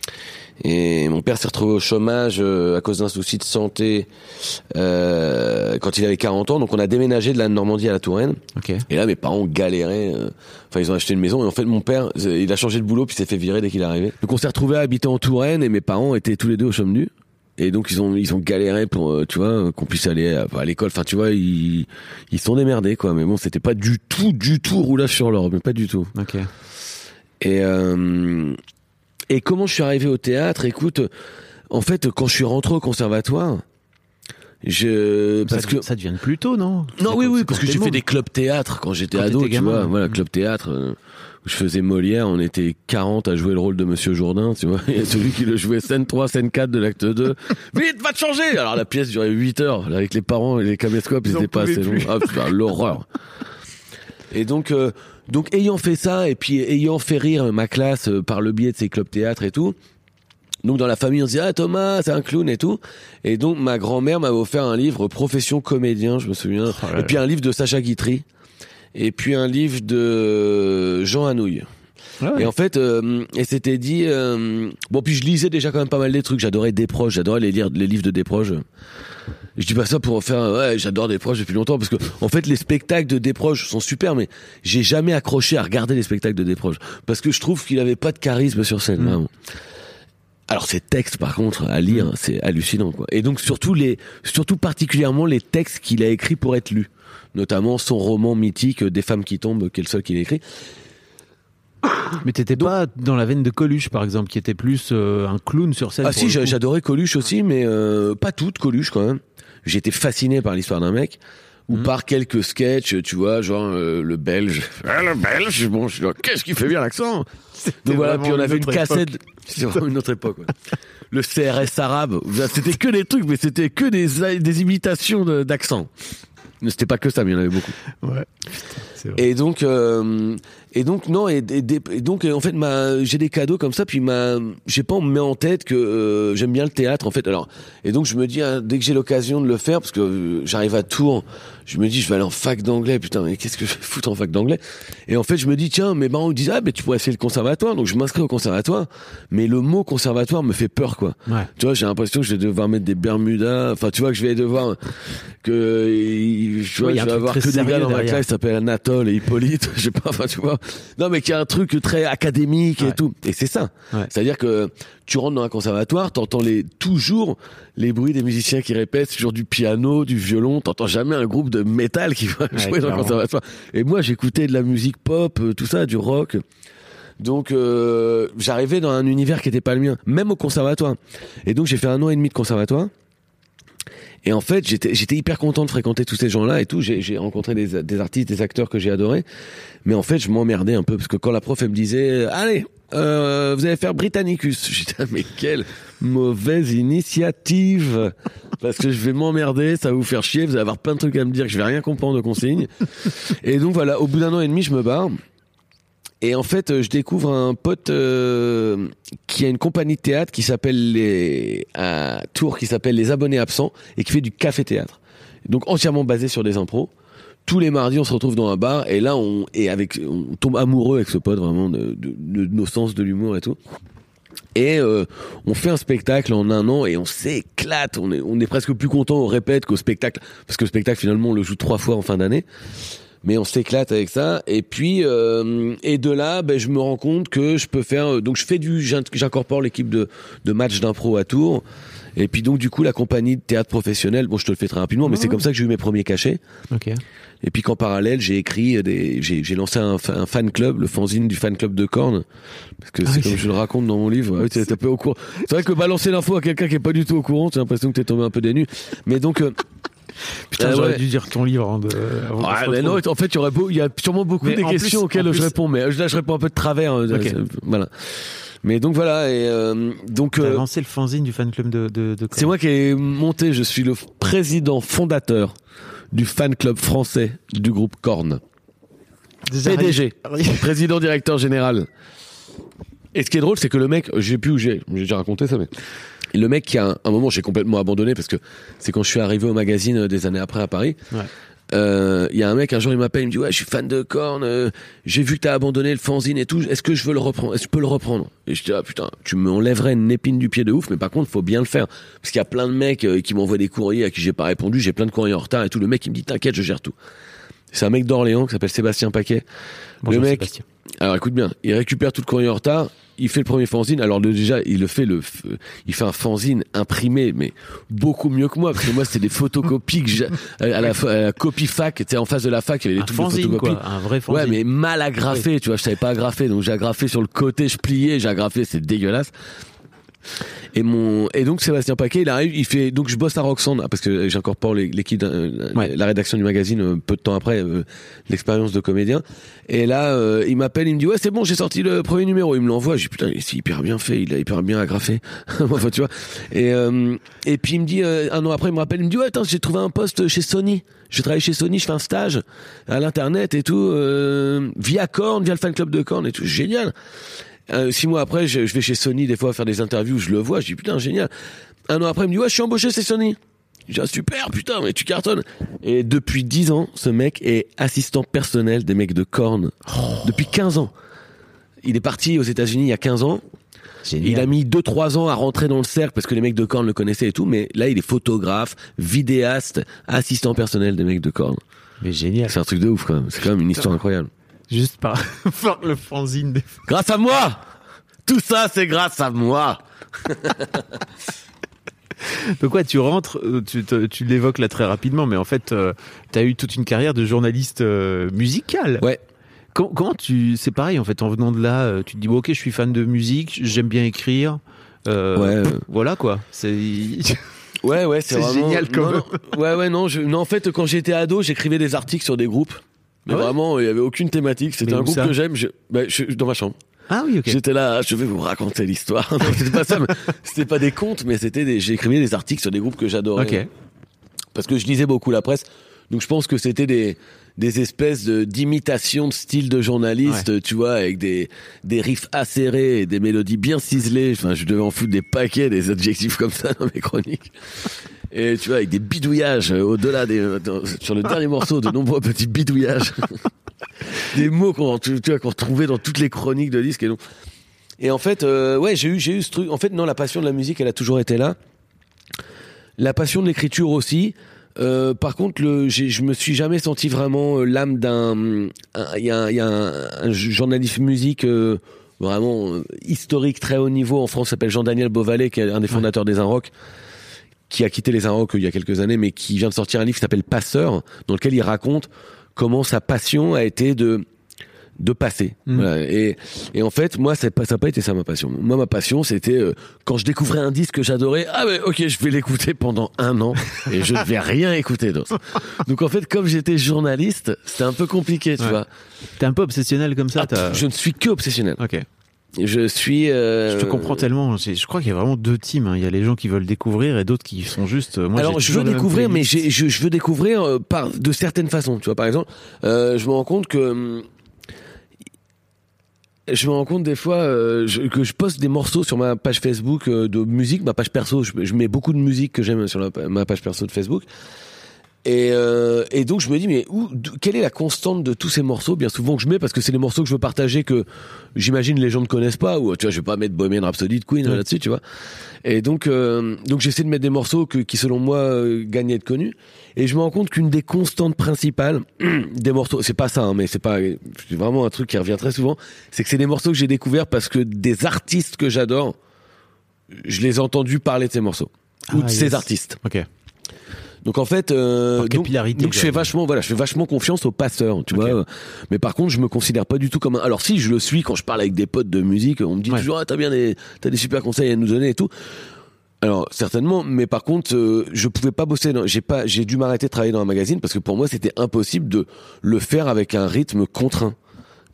Et mon père s'est retrouvé au chômage euh, à cause d'un souci de santé euh, quand il avait quarante ans. Donc on a déménagé de la Normandie à la Touraine. Okay. Et là mes parents galéraient. Euh, enfin ils ont acheté une maison et en fait mon père il a changé de boulot puis s'est fait virer dès qu'il est arrivé. Donc on s'est retrouvé à habiter en Touraine et mes parents étaient tous les deux au chômage nu. Et donc ils ont ils ont galéré pour euh, tu vois qu'on puisse aller à, à l'école. Enfin tu vois ils ils sont démerdés quoi. Mais bon c'était pas du tout du tout roulage sur l'or, mais pas du tout. Okay. Et euh, Et comment je suis arrivé au théâtre? Écoute, en fait, quand je suis rentré au conservatoire, je parce ça, que ça devient plus tôt, non? Non, oui, oui, parce que j'ai fait des clubs théâtre quand j'étais quand ado, tu gamin, vois, ouais. Voilà, club théâtre euh, où je faisais Molière, on était quarante à jouer le rôle de Monsieur Jourdain, tu vois. Et celui qui le jouait scène trois, scène quatre de l'acte deux. Vite, va te changer! Alors la pièce durait huit heures, là, avec les parents et les caméscopes, ils étaient pas assez longs. Ah, putain, l'horreur. Et donc, euh, donc ayant fait ça et puis ayant fait rire ma classe euh, par le biais de ces clubs théâtre et tout, donc dans la famille on se dit ah Thomas c'est un clown et tout, et donc ma grand-mère m'avait offert un livre Profession comédien, je me souviens, oh et puis un livre de Sacha Guitry et puis un livre de Jean Anouilh. Ah ouais. Et en fait, euh, elle s'était dit euh, bon puis je lisais déjà quand même pas mal des trucs, j'adorais Desproges, j'adorais les lire les livres de Desproges. Je dis pas ça pour faire ouais j'adore Desproges depuis longtemps parce que en fait les spectacles de Desproges sont super, mais j'ai jamais accroché à regarder les spectacles de Desproges parce que je trouve qu'il avait pas de charisme sur scène. Mmh. Vraiment. Alors ces textes par contre à lire mmh. c'est hallucinant quoi. Et donc surtout les surtout particulièrement les textes qu'il a écrits pour être lus, notamment son roman mythique Des femmes qui tombent qui est le seul qu'il a écrit. Mais t'étais donc, pas dans la veine de Coluche par exemple qui était plus euh, un clown sur scène? Ah si j'adorais Coluche aussi, mais euh, pas toutes Coluche quand même. J'étais fasciné par l'histoire d'un mec ou mmh. par quelques sketchs, tu vois, genre euh, le Belge. Ah, le Belge, bon, je suis là, qu'est-ce qui fait bien l'accent? Donc voilà, puis on avait une cassette. Époque. C'est vraiment une autre époque. Ouais. Le C R S arabe, c'était que des trucs, mais c'était que des des imitations de, d'accent. Mais c'était pas que ça, mais il y en avait beaucoup. Ouais. C'est vrai. Et donc, euh, et donc non, et, et, et donc en fait, ma, j'ai des cadeaux comme ça, puis ma, j'ai pas on me met en tête que euh, j'aime bien le théâtre en fait. Alors, et donc je me dis hein, dès que j'ai l'occasion de le faire, parce que euh, j'arrive à Tours, je me dis je vais aller en fac d'anglais. Putain, mais qu'est-ce que je vais foutre en fac d'anglais? Et en fait, je me dis tiens, mes parents me disent ah mais tu pourrais essayer le conservatoire, donc je m'inscris au conservatoire. Mais le mot conservatoire me fait peur quoi. Ouais. Tu vois, j'ai l'impression que je vais devoir mettre des bermudas. Enfin, tu vois que je vais devoir que tu vois, ouais, je vais avoir que des gars dans ma classe qui s'appellent Anatole et Hippolyte. Je sais pas, enfin tu vois. Non mais qu'il y a un truc très académique ouais. et tout. Et c'est ça. Ouais. C'est-à-dire que tu rentres dans un conservatoire, t'entends les toujours les bruits des musiciens qui répètent, toujours du piano, du violon. T'entends jamais un groupe de métal qui va ouais, jouer clairement. Dans le conservatoire. Et moi j'écoutais de la musique pop, tout ça, du rock. Donc euh, j'arrivais dans un univers qui était pas le mien, même au conservatoire. Et donc j'ai fait un an et demi de conservatoire. Et en fait, j'étais, j'étais hyper content de fréquenter tous ces gens-là et tout. J'ai, j'ai rencontré des, des artistes, des acteurs que j'ai adorés. Mais en fait, je m'emmerdais un peu parce que quand la prof, elle me disait, allez, euh, vous allez faire Britannicus. J'étais, mais quelle mauvaise initiative. Parce que je vais m'emmerder, ça va vous faire chier, vous allez avoir plein de trucs à me dire que je vais rien comprendre aux consignes. Et donc voilà, au bout d'un an et demi, je me barre. Et en fait, je découvre un pote euh, qui a une compagnie de théâtre qui s'appelle les à Tours, qui s'appelle les Abonnés Absents et qui fait du café-théâtre. Donc entièrement basé sur des impros. Tous les mardis, on se retrouve dans un bar et là, on et avec on tombe amoureux avec ce pote vraiment de, de, de, de nos sens de l'humour et tout. Et euh, on fait un spectacle en un an et on s'éclate. On est on est presque plus content au répète qu'au spectacle parce que le spectacle finalement on le joue trois fois en fin d'année. Mais on s'éclate avec ça. Et puis, euh, et de là, ben, je me rends compte que je peux faire. Donc, je fais du, j'incorpore l'équipe de de match d'impro à Tours. Et puis donc, du coup, la compagnie de théâtre professionnel. Bon, je te le fais très rapidement, mais mmh. c'est comme ça que j'ai eu mes premiers cachets. Ok. Et puis qu'en parallèle, j'ai écrit des, j'ai, j'ai lancé un, un fan club, le fanzine du fan club de Korn, parce que c'est ah, comme c'est... je le raconte dans mon livre. Ouais, t'es, t'es pas au courant. C'est vrai que balancer l'info à quelqu'un qui est pas du tout au courant, t'as l'impression que t'es tombé un peu des nues. Mais donc. Euh, Putain, euh, j'aurais ouais. dû dire ton livre. Hein, de, ah, mais non, en fait, il y aurait beau, il y a sûrement beaucoup mais des questions plus, auxquelles plus... je réponds, mais là, je réponds un peu de travers. Okay. Voilà. Mais donc voilà, et euh, donc T'as euh, lancé le fanzine du fan club de, de, de Korn. c'est moi qui ai monté, je suis le président fondateur du fan club français du groupe Korn. Déjà, P D G, rien- président directeur général. Et ce qui est drôle, c'est que le mec, j'ai plus où j'ai, j'ai déjà raconté ça, mais le mec qui a un, un moment, j'ai complètement abandonné parce que c'est quand je suis arrivé au magazine des années après à Paris. Ouais. Euh, il y a un mec, un jour, il m'appelle, il me dit ouais, je suis fan de Korn, euh, j'ai vu que t'as abandonné le fanzine et tout. Est-ce que je veux le reprendre? Est-ce que je peux le reprendre? Et je dis ah putain, tu m'enlèverais une épine du pied de ouf, mais par contre, faut bien le faire parce qu'il y a plein de mecs euh, qui m'envoient des courriers à qui j'ai pas répondu. J'ai plein de courriers en retard et tout. Le mec, il me dit t'inquiète, je gère tout. C'est un mec d'Orléans qui s'appelle Sébastien Paquet. Bonjour, le mec, Sébastien. alors écoute bien, il récupère tout le courrier en retard, il fait le premier fanzine. Alors le- déjà, il le fait le, f- il fait un fanzine imprimé, mais beaucoup mieux que moi parce que moi c'était des photocopies que j'ai- à la, à la copie fac, tu sais, en face de la fac, il y avait Un des trucs de fanzine, photocopies. quoi. Un vrai fanzine. Ouais, mais mal agrafé, tu vois, je savais pas agrafer, donc j'ai agrafé sur le côté, je pliais, j'ai agrafé, c'est dégueulasse. Et mon et donc Sébastien Paquet, il arrive, il fait donc je bosse à Roxane parce que j'incorpore les- l'équipe, d'un- Ouais. la rédaction du magazine euh, peu de temps après euh, l'expérience de comédien. Et là, euh, il m'appelle, il me dit ouais c'est bon, j'ai sorti le premier numéro, il me l'envoie, je dis putain c'est hyper bien fait, il a hyper bien agrafé, enfin tu vois. Et euh, et puis il me dit euh, un an après il me rappelle, il me dit ouais attends j'ai trouvé un poste chez Sony. Je travaille chez Sony, je fais un stage à l'internet et tout, euh, via Korn, via le fan club de Korn et tout, génial. Euh, six mois après, je, je vais chez Sony des fois faire des interviews, je le vois, je dis putain génial. Un an après, il me dit ouais je suis embauché chez Sony. Je dis ah, super putain mais tu cartonnes. Et depuis dix ans, ce mec est assistant personnel des mecs de Korn. Depuis quinze ans. Il est parti aux États-Unis il y a quinze ans. Génial. Il a mis deux trois ans à rentrer dans le cercle parce que les mecs de Korn le connaissaient et tout, mais là il est photographe, vidéaste, assistant personnel des mecs de Korn. Mais génial. C'est un truc de ouf quand même. C'est quand même une histoire incroyable. Juste par par le fanzine des Grâce à moi. Tout ça, c'est grâce à moi. Donc ouais, tu rentres, euh, tu, te- tu l'évoques là très rapidement, mais en fait, euh, t'as eu toute une carrière de journaliste euh, musical. Ouais. Com- comment tu, c'est pareil en fait, en venant de là, euh, tu te dis bon, ok, je suis fan de musique, j'aime bien écrire, euh, Ouais. voilà quoi. C'est Ouais, ouais, c'est, C'est vraiment... génial quand non, même. non. Ouais, ouais, non, je... non. En fait, quand j'étais ado, j'écrivais des articles sur des groupes. Mais Ah ouais vraiment, il y avait aucune thématique. C'était Mais un où groupe ça que j'aime. Je... Bah, je... Dans ma chambre. ah oui, ok. J'étais là, je vais vous raconter l'histoire. Non, c'était pas ça. Mais... C'était pas des contes, mais c'était des. J'écrivais des articles sur des groupes que j'adorais. Ok. Parce que je lisais beaucoup la presse. Donc je pense que c'était des des espèces de d'imitations de style de journaliste, tu vois, avec des des riffs acérés et des mélodies bien ciselées. Enfin, je devais en foutre des paquets, des adjectifs comme ça dans mes chroniques. Et tu vois, avec des bidouillages euh, au-delà des euh, dans- sur le dernier morceau, de nombreux petits bidouillages, des mots qu'on tu tu vois qu'on retrouvait dans toutes les chroniques de disques et donc. Et en fait, euh, ouais, j'ai eu j'ai eu ce truc. En fait, non, la passion de la musique, elle a toujours été là. La passion de l'écriture aussi. Euh, par contre, le, j'ai, je me suis jamais senti vraiment euh, l'âme d'un. Il y a, un- y a un, un journaliste musique euh, vraiment euh, historique, très haut niveau en France, s'appelle Jean-Daniel Beauvalet, qui est un des fondateurs des Inrocks, qui a quitté les Inrocks il y a quelques années, mais qui vient de sortir un livre qui s'appelle Passeur, dans lequel il raconte comment sa passion a été de de passer. Mm. Voilà. Et, et en fait, moi, c'est pas, ça n'a pas été ça ma passion. Moi, ma passion, c'était euh, quand je découvrais un disque que j'adorais, ah mais ok, je vais l'écouter pendant un an et je ne vais rien écouter d'autre. Donc en fait, comme j'étais journaliste, c'était un peu compliqué, tu Ouais. vois. T'es un peu obsessionnel comme ça. Ah, t'as... je ne suis que obsessionnel. Ok. Je suis. Euh... Je te comprends tellement. C'est- Je crois qu'il y a vraiment deux teams. hein. Il y a les gens qui veulent découvrir et d'autres qui sont juste. euh, Moi, Alors j'ai je veux toujours la même découvrir, mais playlist. j'ai, je, je veux découvrir euh, par de certaines façons. Tu vois, par exemple, euh, je me rends compte que hum, je me rends compte des fois euh, je- que je poste des morceaux sur ma page Facebook euh, de musique, ma page perso. Je, je mets beaucoup de musique que j'aime sur la- ma page perso de Facebook. Et, euh, et donc je me dis mais où, d'où- quelle est la constante de tous ces morceaux bien souvent que je mets parce que c'est les morceaux que je veux partager que j'imagine les gens ne connaissent pas ou tu vois je vais pas mettre Bohemian Rhapsody de Queen Ouais. là-dessus tu vois et donc euh, donc j'essaie de mettre des morceaux que, qui selon moi euh, gagnent à être connus et je me rends compte qu'une des constantes principales des morceaux c'est pas ça hein, mais c'est pas c'est vraiment un truc qui revient très souvent c'est que c'est des morceaux que j'ai découverts parce que des artistes que j'adore je les ai entendus parler de ces morceaux ou Ah, de yes. ces artistes. Ok. Donc en fait, euh, Par donc, capillarité, donc je quoi. fais vachement, voilà, je fais vachement confiance aux passeurs, tu Ok. vois. Mais par contre, je me considère pas du tout comme un. Alors si, je le suis quand je parle avec des potes de musique, on me dit Ouais. toujours, ah, t'as bien des, t'as des super conseils à nous donner et tout. Alors certainement, mais par contre, euh, je pouvais pas bosser. Dans, j'ai pas, j'ai dû m'arrêter de travailler dans un magazine parce que pour moi, c'était impossible de le faire avec un rythme contraint.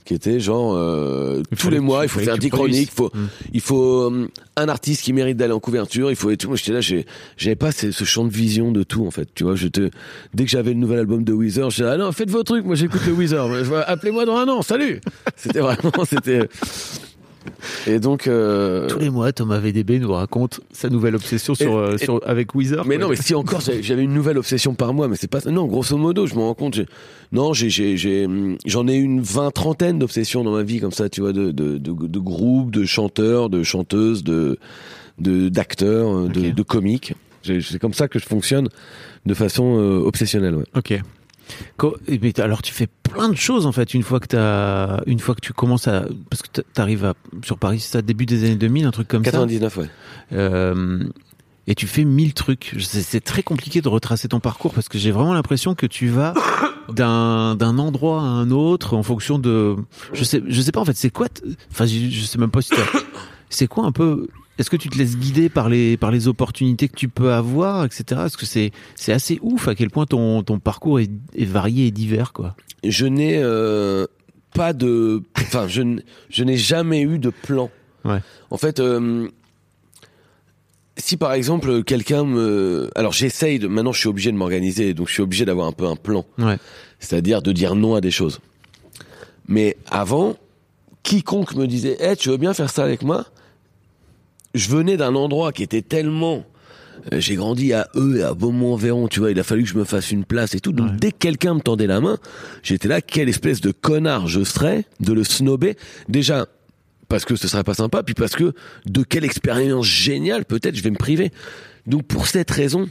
qui était genre euh, tous les mois il faut faire dix chroniques, il faut mmh. il faut euh, un artiste qui mérite d'aller en couverture, il faut et tout. Moi j'étais là, j'ai j'avais pas ce, ce champ de vision de tout en fait, tu vois. Je te dès que j'avais le nouvel album de Weezer, je disais ah non faites vos trucs, moi j'écoute le Weezer, appelez-moi dans un an, salut. C'était vraiment c'était. Et donc euh... tous les mois Thomas V D B nous raconte sa nouvelle obsession sur, et, euh, sur et... avec Weezer. Mais quoi. Non mais si encore j'avais une nouvelle obsession par mois, mais c'est pas non grosso modo je me rends compte j'ai... non j'ai j'ai j'ai j'en ai une vingt trentaine d'obsessions dans ma vie comme ça, tu vois, de de de, de groupes, de chanteurs, de chanteuses, de de d'acteurs, okay. de de comiques. C'est comme ça que je fonctionne de façon euh, obsessionnelle. Ouais. Ok. Mais alors tu fais plein de choses en fait une fois que t'as une fois que tu commences à parce que t'arrives à sur Paris, c'est ça, début des années deux mille, un truc comme quatre-vingt-dix-neuf, ça. quatre-vingt-dix-neuf ouais. Euh, et tu fais mille trucs. C'est, c'est très compliqué de retracer ton parcours parce que j'ai vraiment l'impression que tu vas d'un d'un endroit à un autre en fonction de je sais je sais pas en fait c'est quoi t... enfin je, je sais même pas si t'as... c'est quoi un peu. Est-ce que tu te laisses guider par les par les opportunités que tu peux avoir, et cetera. Est-ce que c'est c'est assez ouf à quel point ton ton parcours est, est varié et divers quoi. Je n'ai euh, pas de, enfin je n... je n'ai jamais eu de plan. Ouais. En fait, euh, si par exemple quelqu'un me, alors j'essaye de, maintenant je suis obligé de m'organiser, donc je suis obligé d'avoir un peu un plan. Ouais. C'est-à-dire de dire non à des choses. Mais avant, quiconque me disait, hey, tu veux bien faire ça avec moi? Je venais d'un endroit qui était tellement... Euh, j'ai grandi à Eux et à Beaumont-Véron, tu vois, il a fallu que je me fasse une place et tout. Donc ouais. Dès que quelqu'un me tendait la main, j'étais là, quelle espèce de connard je serais de le snober. Déjà, parce que ce serait pas sympa, puis parce que de quelle expérience géniale, peut-être, je vais me priver. Donc pour cette raison...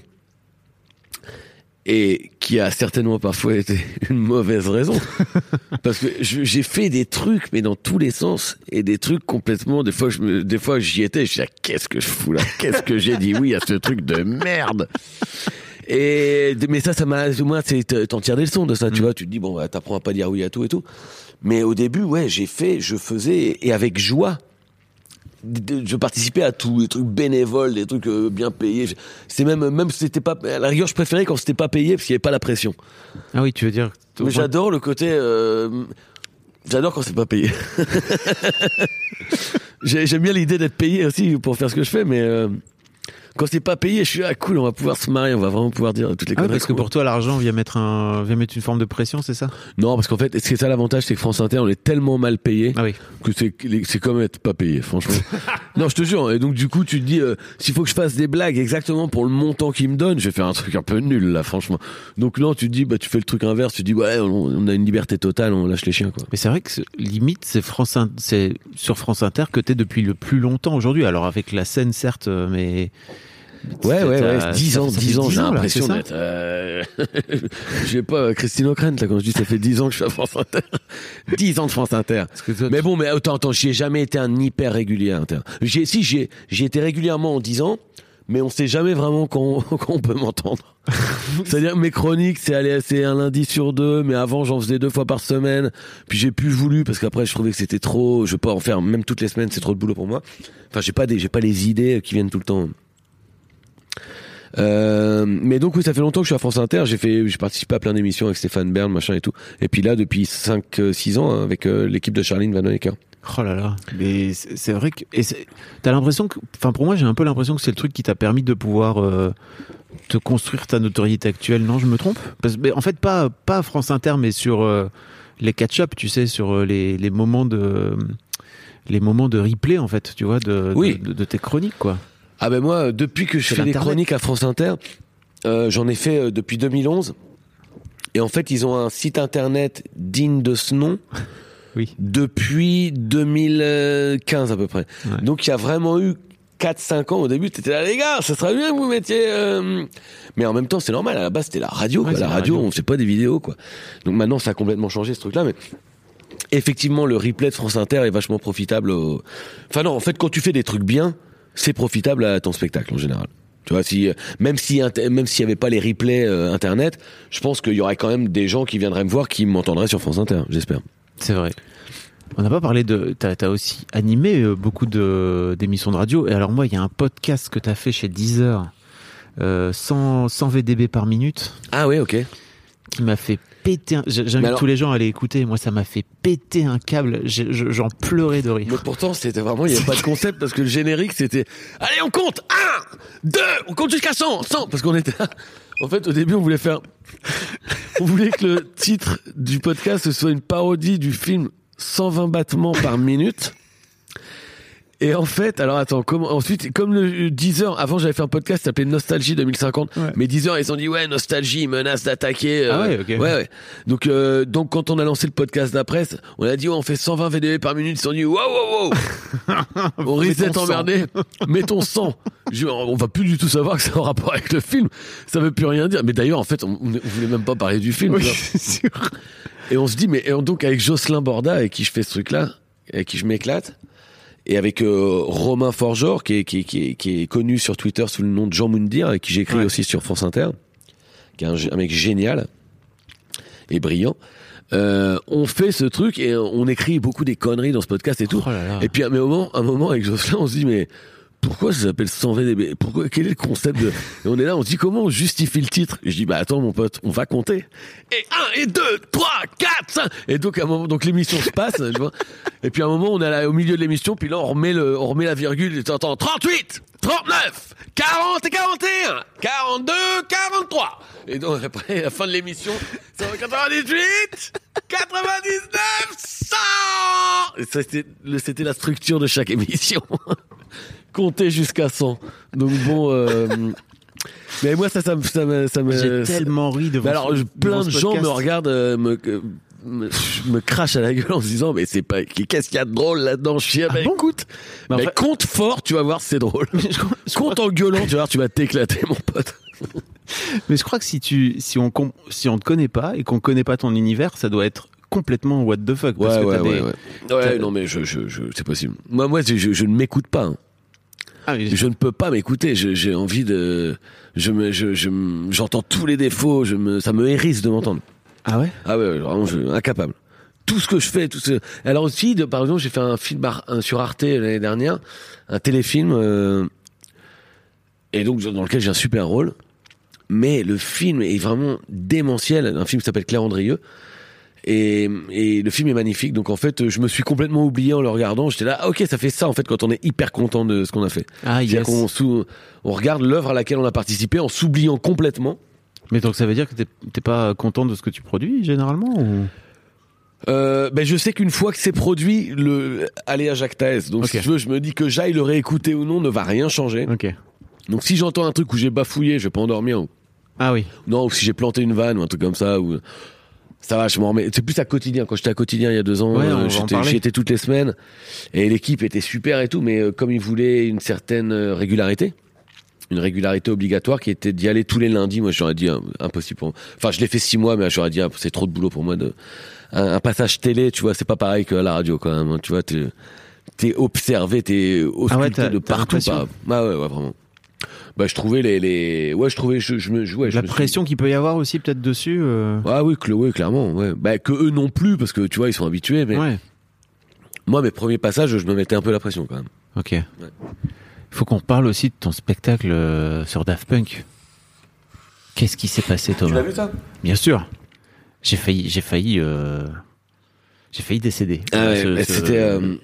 et qui a certainement parfois été une mauvaise raison, parce que je, j'ai fait des trucs mais dans tous les sens, et des trucs complètement, des fois je me, des fois j'y étais, je disais qu'est-ce que je fous là, qu'est-ce que j'ai dit oui à ce truc de merde. Et mais ça ça m'a, moi c'est t'en tires des leçons de ça, tu mmh. vois, tu te dis bon bah, t'apprends à pas dire oui à tout et tout. Mais au début ouais j'ai fait, je faisais et avec joie. Je participais à tout, des trucs bénévoles, des trucs euh, bien payés. C'est même, même si c'était pas, à la rigueur, je préférais quand c'était pas payé parce qu'il y avait pas la pression. Ah oui, tu veux dire. Mais j'adore le côté, euh, j'adore quand c'est pas payé. J'aime bien l'idée d'être payé aussi pour faire ce que je fais, mais euh, quand c'est pas payé, je suis ah cool, on va pouvoir se marier, on va vraiment pouvoir dire toutes les ah conneries. Parce que pour toi, l'argent vient mettre un, vient mettre une forme de pression, c'est ça? Non, parce qu'en fait, c'est ça l'avantage, c'est que France Inter, on est tellement mal payé ah oui. que c'est, c'est comme être pas payé, franchement. Non, je te jure. Et donc du coup, tu te dis, euh, s'il faut que je fasse des blagues exactement pour le montant qu'ils me donnent, je vais faire un truc un peu nul là, franchement. Donc non, tu te dis, bah tu fais le truc inverse, tu te dis ouais, on, on a une liberté totale, on lâche les chiens quoi. Mais c'est vrai que limite, c'est France, c'est sur France Inter que t'es depuis le plus longtemps aujourd'hui. Alors avec la scène certes, mais Ouais, ouais, ouais, dix ans, dix ans, j'ai l'impression d'être, euh, j'ai pas Christine O'Krent, là, quand je dis ça fait dix ans que je suis à France Inter. dix ans de France Inter. Toi, mais bon, mais attends, attends, j'y ai jamais été un hyper régulier à Inter. J'ai, si, j'ai, j'ai été régulièrement en dix ans, mais on sait jamais vraiment quand, quand on peut m'entendre. C'est-à-dire, mes chroniques, c'est aller, c'est un lundi sur deux, mais avant, j'en faisais deux fois par semaine. Puis j'ai plus voulu, parce qu'après, je trouvais que c'était trop, je veux pas en faire, même toutes les semaines, c'est trop de boulot pour moi. Enfin, j'ai pas des, j'ai pas les idées qui viennent tout le temps. Euh, mais donc oui, ça fait longtemps que je suis à France Inter. J'ai fait, j'ai participé à plein d'émissions avec Stéphane Bern, machin et tout. Et puis là, depuis cinq six ans, hein, avec euh, l'équipe de Charline Vanhoenacker. Oh là là, mais c'est, c'est vrai que et c'est, t'as l'impression que, enfin pour moi, j'ai un peu l'impression que c'est le truc qui t'a permis de pouvoir euh, te construire ta notoriété actuelle. Non, je me trompe? Parce, mais en fait, pas pas France Inter, mais sur euh, les catch-up, tu sais, sur euh, les les moments de les moments de replay en fait, tu vois, de oui. de, de, de tes chroniques quoi. Ah ben moi, depuis que je c'est fais l'Internet. Des chroniques à France Inter, euh, j'en ai fait euh, depuis deux mille onze. Et en fait, ils ont un site internet digne de ce nom oui. depuis deux mille quinze à peu près. Ouais. Donc il y a vraiment eu quatre cinq ans. Au début, t'étais là, les gars, ça serait bien que vous mettiez... Euh... Mais en même temps, c'est normal. À la base, c'était la radio. Ouais, quoi. La, la radio, radio, on fait pas des vidéos. Quoi. Donc maintenant, ça a complètement changé ce truc-là. Mais effectivement, le replay de France Inter est vachement profitable. Au... Enfin non, en fait, quand tu fais des trucs bien... c'est profitable à ton spectacle en général. Tu vois, si même si même s'il y avait pas les replays euh, internet, je pense qu'il y aurait quand même des gens qui viendraient me voir qui m'entendraient sur France Inter, j'espère. C'est vrai. On n'a pas parlé de t'as, t'as aussi animé euh, beaucoup de d'émissions de radio et alors moi il y a un podcast que t'as fait chez Deezer euh, cent, cent V D B par minute. Ah ouais, OK. Qui m'a fait pété un... J'invite alors... tous les gens à aller écouter. Moi, ça m'a fait péter un câble. J'ai, j'en pleurais de rire. Mais pourtant, c'était vraiment, il n'y avait pas de concept parce que le générique, c'était, allez, on compte, un, deux, on compte jusqu'à cent, cent, parce qu'on était là. En fait, au début, on voulait faire, on voulait que le titre du podcast soit une parodie du film cent vingt battements par minute. Et en fait, alors attends, comme, ensuite, comme le Deezer, avant j'avais fait un podcast qui s'appelait Nostalgie deux mille cinquante, ouais. Mais Deezer, ils ont dit, ouais, Nostalgie, menace d'attaquer. Euh, ah ouais, ok. Ouais, ouais. Donc, euh, donc, quand on a lancé le podcast d'après, on a dit, ouais, on fait cent vingt V D V par minute, ils ont dit, wow, wow, wow. On risque d'être emmerdé. Mettons cent. Je, on va plus du tout savoir que c'est en rapport avec le film. Ça veut plus rien dire. Mais d'ailleurs, en fait, on, on voulait même pas parler du film. Oui, c'est sûr. Et on se dit, mais, et donc, avec Jocelyn Borda, avec qui je fais ce truc-là, avec qui je m'éclate, et avec euh, Romain Forgeor, qui est, qui, est, qui, est, qui est connu sur Twitter sous le nom de Jean Moundir, avec qui j'écris ouais. aussi sur France Inter, qui est un, un mec génial et brillant. Euh, on fait ce truc et on écrit beaucoup des conneries dans ce podcast et tout. Oh là là. Et puis à un moment, un moment avec Jocelyn, on se dit, mais pourquoi ça s'appelle cent V D B? Pourquoi, quel est le concept de... Et on est là, on se dit, comment on justifie le titre? Et je dis, bah attends mon pote, on va compter. Et un, et deux, trois, quatre, cinq. Et donc à un moment, donc l'émission se passe, tu vois. Et puis à un moment, on est là, au milieu de l'émission, puis là on remet le, on remet la virgule, et t'entends trente-huit, trente-neuf, quarante et quarante et un, quarante-deux, quarante-trois. Et donc après, à la fin de l'émission, ça va quatre-vingt-dix-huit, quatre-vingt-dix-neuf, cent. Et ça, c'était, c'était la structure de chaque émission. Compter jusqu'à cent. Donc bon, euh... mais moi ça, ça me, ça me, ça me. J'ai tellement ri devant. Alors ce, plein devant de ce gens podcast. me regardent, euh, me, me, me crachent à la gueule en se disant mais c'est pas, qu'est-ce qu'il y a de drôle là-dedans? Je dis ah, bah, ah bon écoute, mais mais fait... compte fort, tu vas voir c'est drôle. Je, je compte crois... en gueulant, tu vas voir, tu vas t'éclater mon pote. Mais je crois que si tu, si on, si on te connaît pas et qu'on connaît pas ton univers, ça doit être complètement what the fuck. Parce ouais, que ouais, t'as ouais, des... ouais. Ouais, non mais je, je, je, c'est possible. Moi, moi, je, je, je ne m'écoute pas. Hein. Ah, oui. Je ne peux pas m'écouter. Je, j'ai envie de, je me, je, je, j'entends tous les défauts. Je me, ça me hérisse de m'entendre. Ah ouais. Ah ouais, vraiment, je, incapable. Tout ce que je fais, tout ce. Alors aussi, de, par exemple, j'ai fait un film ar, un, sur Arte l'année dernière, un téléfilm, euh, et donc dans lequel j'ai un super rôle. Mais le film est vraiment démentiel. Un film qui s'appelle Claire Andrieux. Et, et le film est magnifique, donc en fait je me suis complètement oublié en le regardant. J'étais là, ah, ok, ça fait ça en fait quand on est hyper content de ce qu'on a fait. Ah, yes. qu'on sous, on regarde l'œuvre à laquelle on a participé en s'oubliant complètement. Mais donc ça veut dire que t'es, t'es pas content de ce que tu produis généralement ou... Euh, ben je sais qu'une fois que c'est produit, le aller à Jacques Taès. Donc okay. Si tu veux, je me dis que j'aille le réécouter ou non ne va rien changer. Okay. Donc si j'entends un truc où j'ai bafouillé, je vais pas endormir. Ou... Ah oui. Non, ou si j'ai planté une vanne ou un truc comme ça. Ou... Ça va, je m'en remets. C'est plus à Quotidien. Quand j'étais à Quotidien il y a deux ans, ouais, euh, j'étais, j'y étais toutes les semaines et l'équipe était super et tout, mais euh, comme ils voulaient une certaine euh, régularité, une régularité obligatoire qui était d'y aller tous les lundis, moi j'aurais dit euh, impossible pour moi. Enfin, je l'ai fait six mois, mais j'aurais dit ah, c'est trop de boulot pour moi de un, un passage télé, tu vois, c'est pas pareil que à la radio quand même. Tu vois, t'es, t'es observé, t'es ausculté ah ouais, de partout. Par... Ah ouais, ouais, vraiment. Bah je trouvais les les ouais je trouvais je je me ouais, je la me pression suis... qu'il peut y avoir aussi peut-être dessus euh... ah oui cl- ouais, clairement ouais bah que eux non plus parce que tu vois ils sont habitués mais ouais. Moi mes premiers passages je me mettais un peu la pression quand même. Ok. Ouais. Il faut qu'on parle aussi de ton spectacle euh, sur Daft Punk. Qu'est-ce qui s'est passé Thomas? Tu l'as vu ça? Bien sûr. J'ai failli j'ai failli euh... j'ai failli décéder. Ah ouais, ce, ce... c'était euh...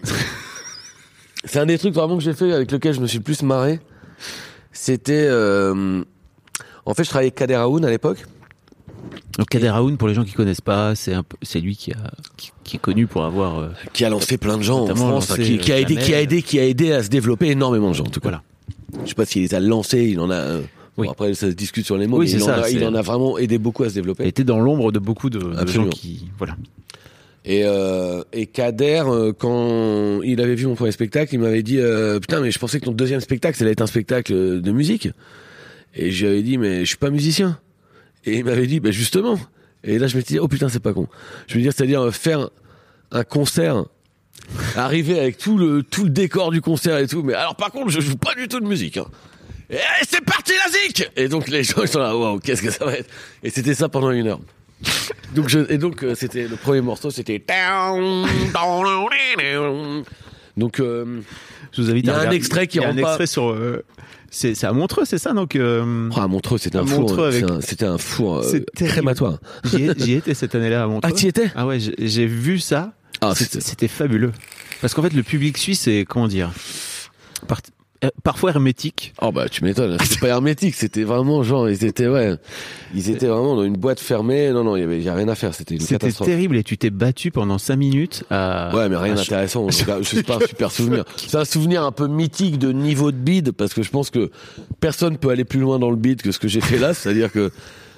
c'est un des trucs vraiment que j'ai fait avec lequel je me suis le plus marré. C'était euh... en fait je travaillais avec Kader Aoun à l'époque. Donc Kader Aoun, pour les gens qui connaissent pas, c'est un peu, c'est lui qui a qui, qui est connu pour avoir euh, qui a lancé plein de gens en France, lancé, qui, qui a aidé Jamel. qui a aidé qui a aidé à se développer énormément de gens en tout cas. Voilà. Je sais pas s'il les a lancés, il en a euh... oui. Bon, après ça se discute sur les mots oui, mais c'est il, ça, en a, c'est... il en a vraiment aidé beaucoup à se développer. Il était dans l'ombre de beaucoup de, de gens qui voilà. Et, euh, et Kader, euh, quand il avait vu mon premier spectacle, il m'avait dit euh, putain mais je pensais que ton deuxième spectacle ça allait être un spectacle de musique. Et j'avais dit mais je suis pas musicien. Et il m'avait dit bah justement. Et là je me suis dit oh putain c'est pas con. Je veux dire c'est-à-dire faire un concert, arriver avec tout le tout le décor du concert et tout. Mais alors par contre je joue pas du tout de musique. Hein. Et c'est parti la zik. Et donc les gens ils sont là waouh qu'est-ce que ça va être. Et c'était ça pendant une heure. Donc je, et donc euh, c'était le premier morceau c'était donc Donc, euh, je vous invite il y a à un regarder. extrait qui Il y a rend un pas. extrait sur. Euh, c'est, c'est à Montreux, c'est ça, donc. Euh... Oh, à Montreux, c'était un à four. Montreux avec- c'est un- C'était un four euh, C'est terrible. crématoire. J'y, ai- j'y étais cette année-là à Montreux. Ah, t'y étais? Ah ouais, j'ai, j'ai vu ça. Ah, c'était, c'était- c'était fabuleux. Parce qu'en fait, le public suisse est, comment dire, par- euh, parfois hermétique. Oh bah tu m'étonnes, c'était pas hermétique, c'était vraiment genre ils étaient ouais, ils étaient vraiment dans une boîte fermée. Non non, il y avait y a rien à faire, c'était une C'était catastrophe. terrible et tu t'es battu pendant cinq minutes à. Ouais, mais rien à- d'intéressant. Donc, c'est pas un super souvenir. C'est un souvenir un peu mythique de niveau de bide parce que je pense que personne peut aller plus loin dans le bide que ce que j'ai fait là, c'est-à-dire que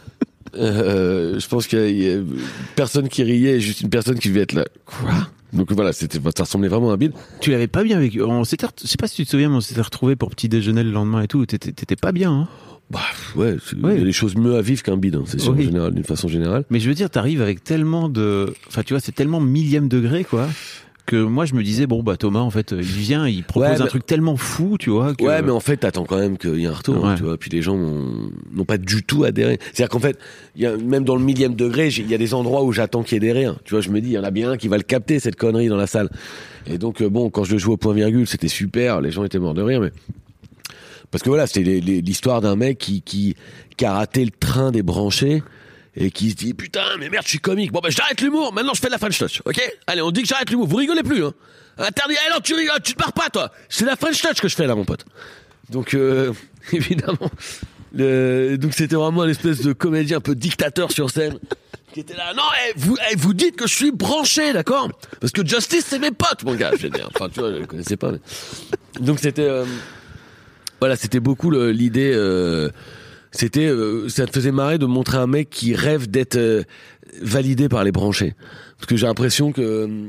euh, je pense qu'il y a personne qui riait, juste une personne qui devait être là. Quoi? Donc voilà, c'était, ça ressemblait vraiment à un bide. Tu l'avais pas bien vécu. On s'était, re- je sais pas si tu te souviens, mais on s'était retrouvés pour petit déjeuner le lendemain et tout. T'étais, t'étais pas bien, hein. Bah ouais, c'est- il Ouais. y a des choses mieux à vivre qu'un bide, hein, c'est sûr, Oui. en général, d'une façon générale. Mais je veux dire, t'arrives avec tellement de, enfin, tu vois, c'est tellement millième degré, quoi, que moi, je me disais, bon, bah, Thomas, en fait, il vient, il propose Ouais, un mais- truc tellement fou, tu vois, que... Ouais, mais en fait, t'attends quand même qu'il y ait un retour, hein, Ouais. tu vois. Puis les gens n'ont n'ont pas du tout adhéré. C'est-à-dire qu'en fait, il y a, même dans le millième degré, j'ai- il y a des endroits où j'attends qu'il y ait des rires. Tu vois, je me dis, il y en a bien un qui va le capter, cette connerie, dans la salle. Et donc, euh, bon, quand je le joue au point virgule, c'était super, les gens étaient morts de rire, mais... Parce que voilà, c'était les- les- l'histoire d'un mec qui, qui, qui a raté le train des branchés et qui se dit, putain, mais merde, je suis comique. Bon, ben, j'arrête l'humour, maintenant je fais de la French touch, ok? Allez, on dit que j'arrête l'humour, vous rigolez plus, hein? Interdit, eh non, tu rigoles, tu te barres pas, toi. C'est la French touch que je fais, là, mon pote. Donc, euh, évidemment, le, donc c'était vraiment une espèce de comédien un peu dictateur sur scène, qui était là, non, eh, vous, eh, vous dites que je suis branché, d'accord? Parce que Justice, c'est mes potes, mon gars, je veux dire. Enfin, tu vois, je le connaissais pas, mais... Donc c'était, euh, voilà, c'était beaucoup le- l'idée, euh, c'était, euh, ça te faisait marrer de montrer un mec qui rêve d'être euh, validé par les branchés. Parce que j'ai l'impression que euh,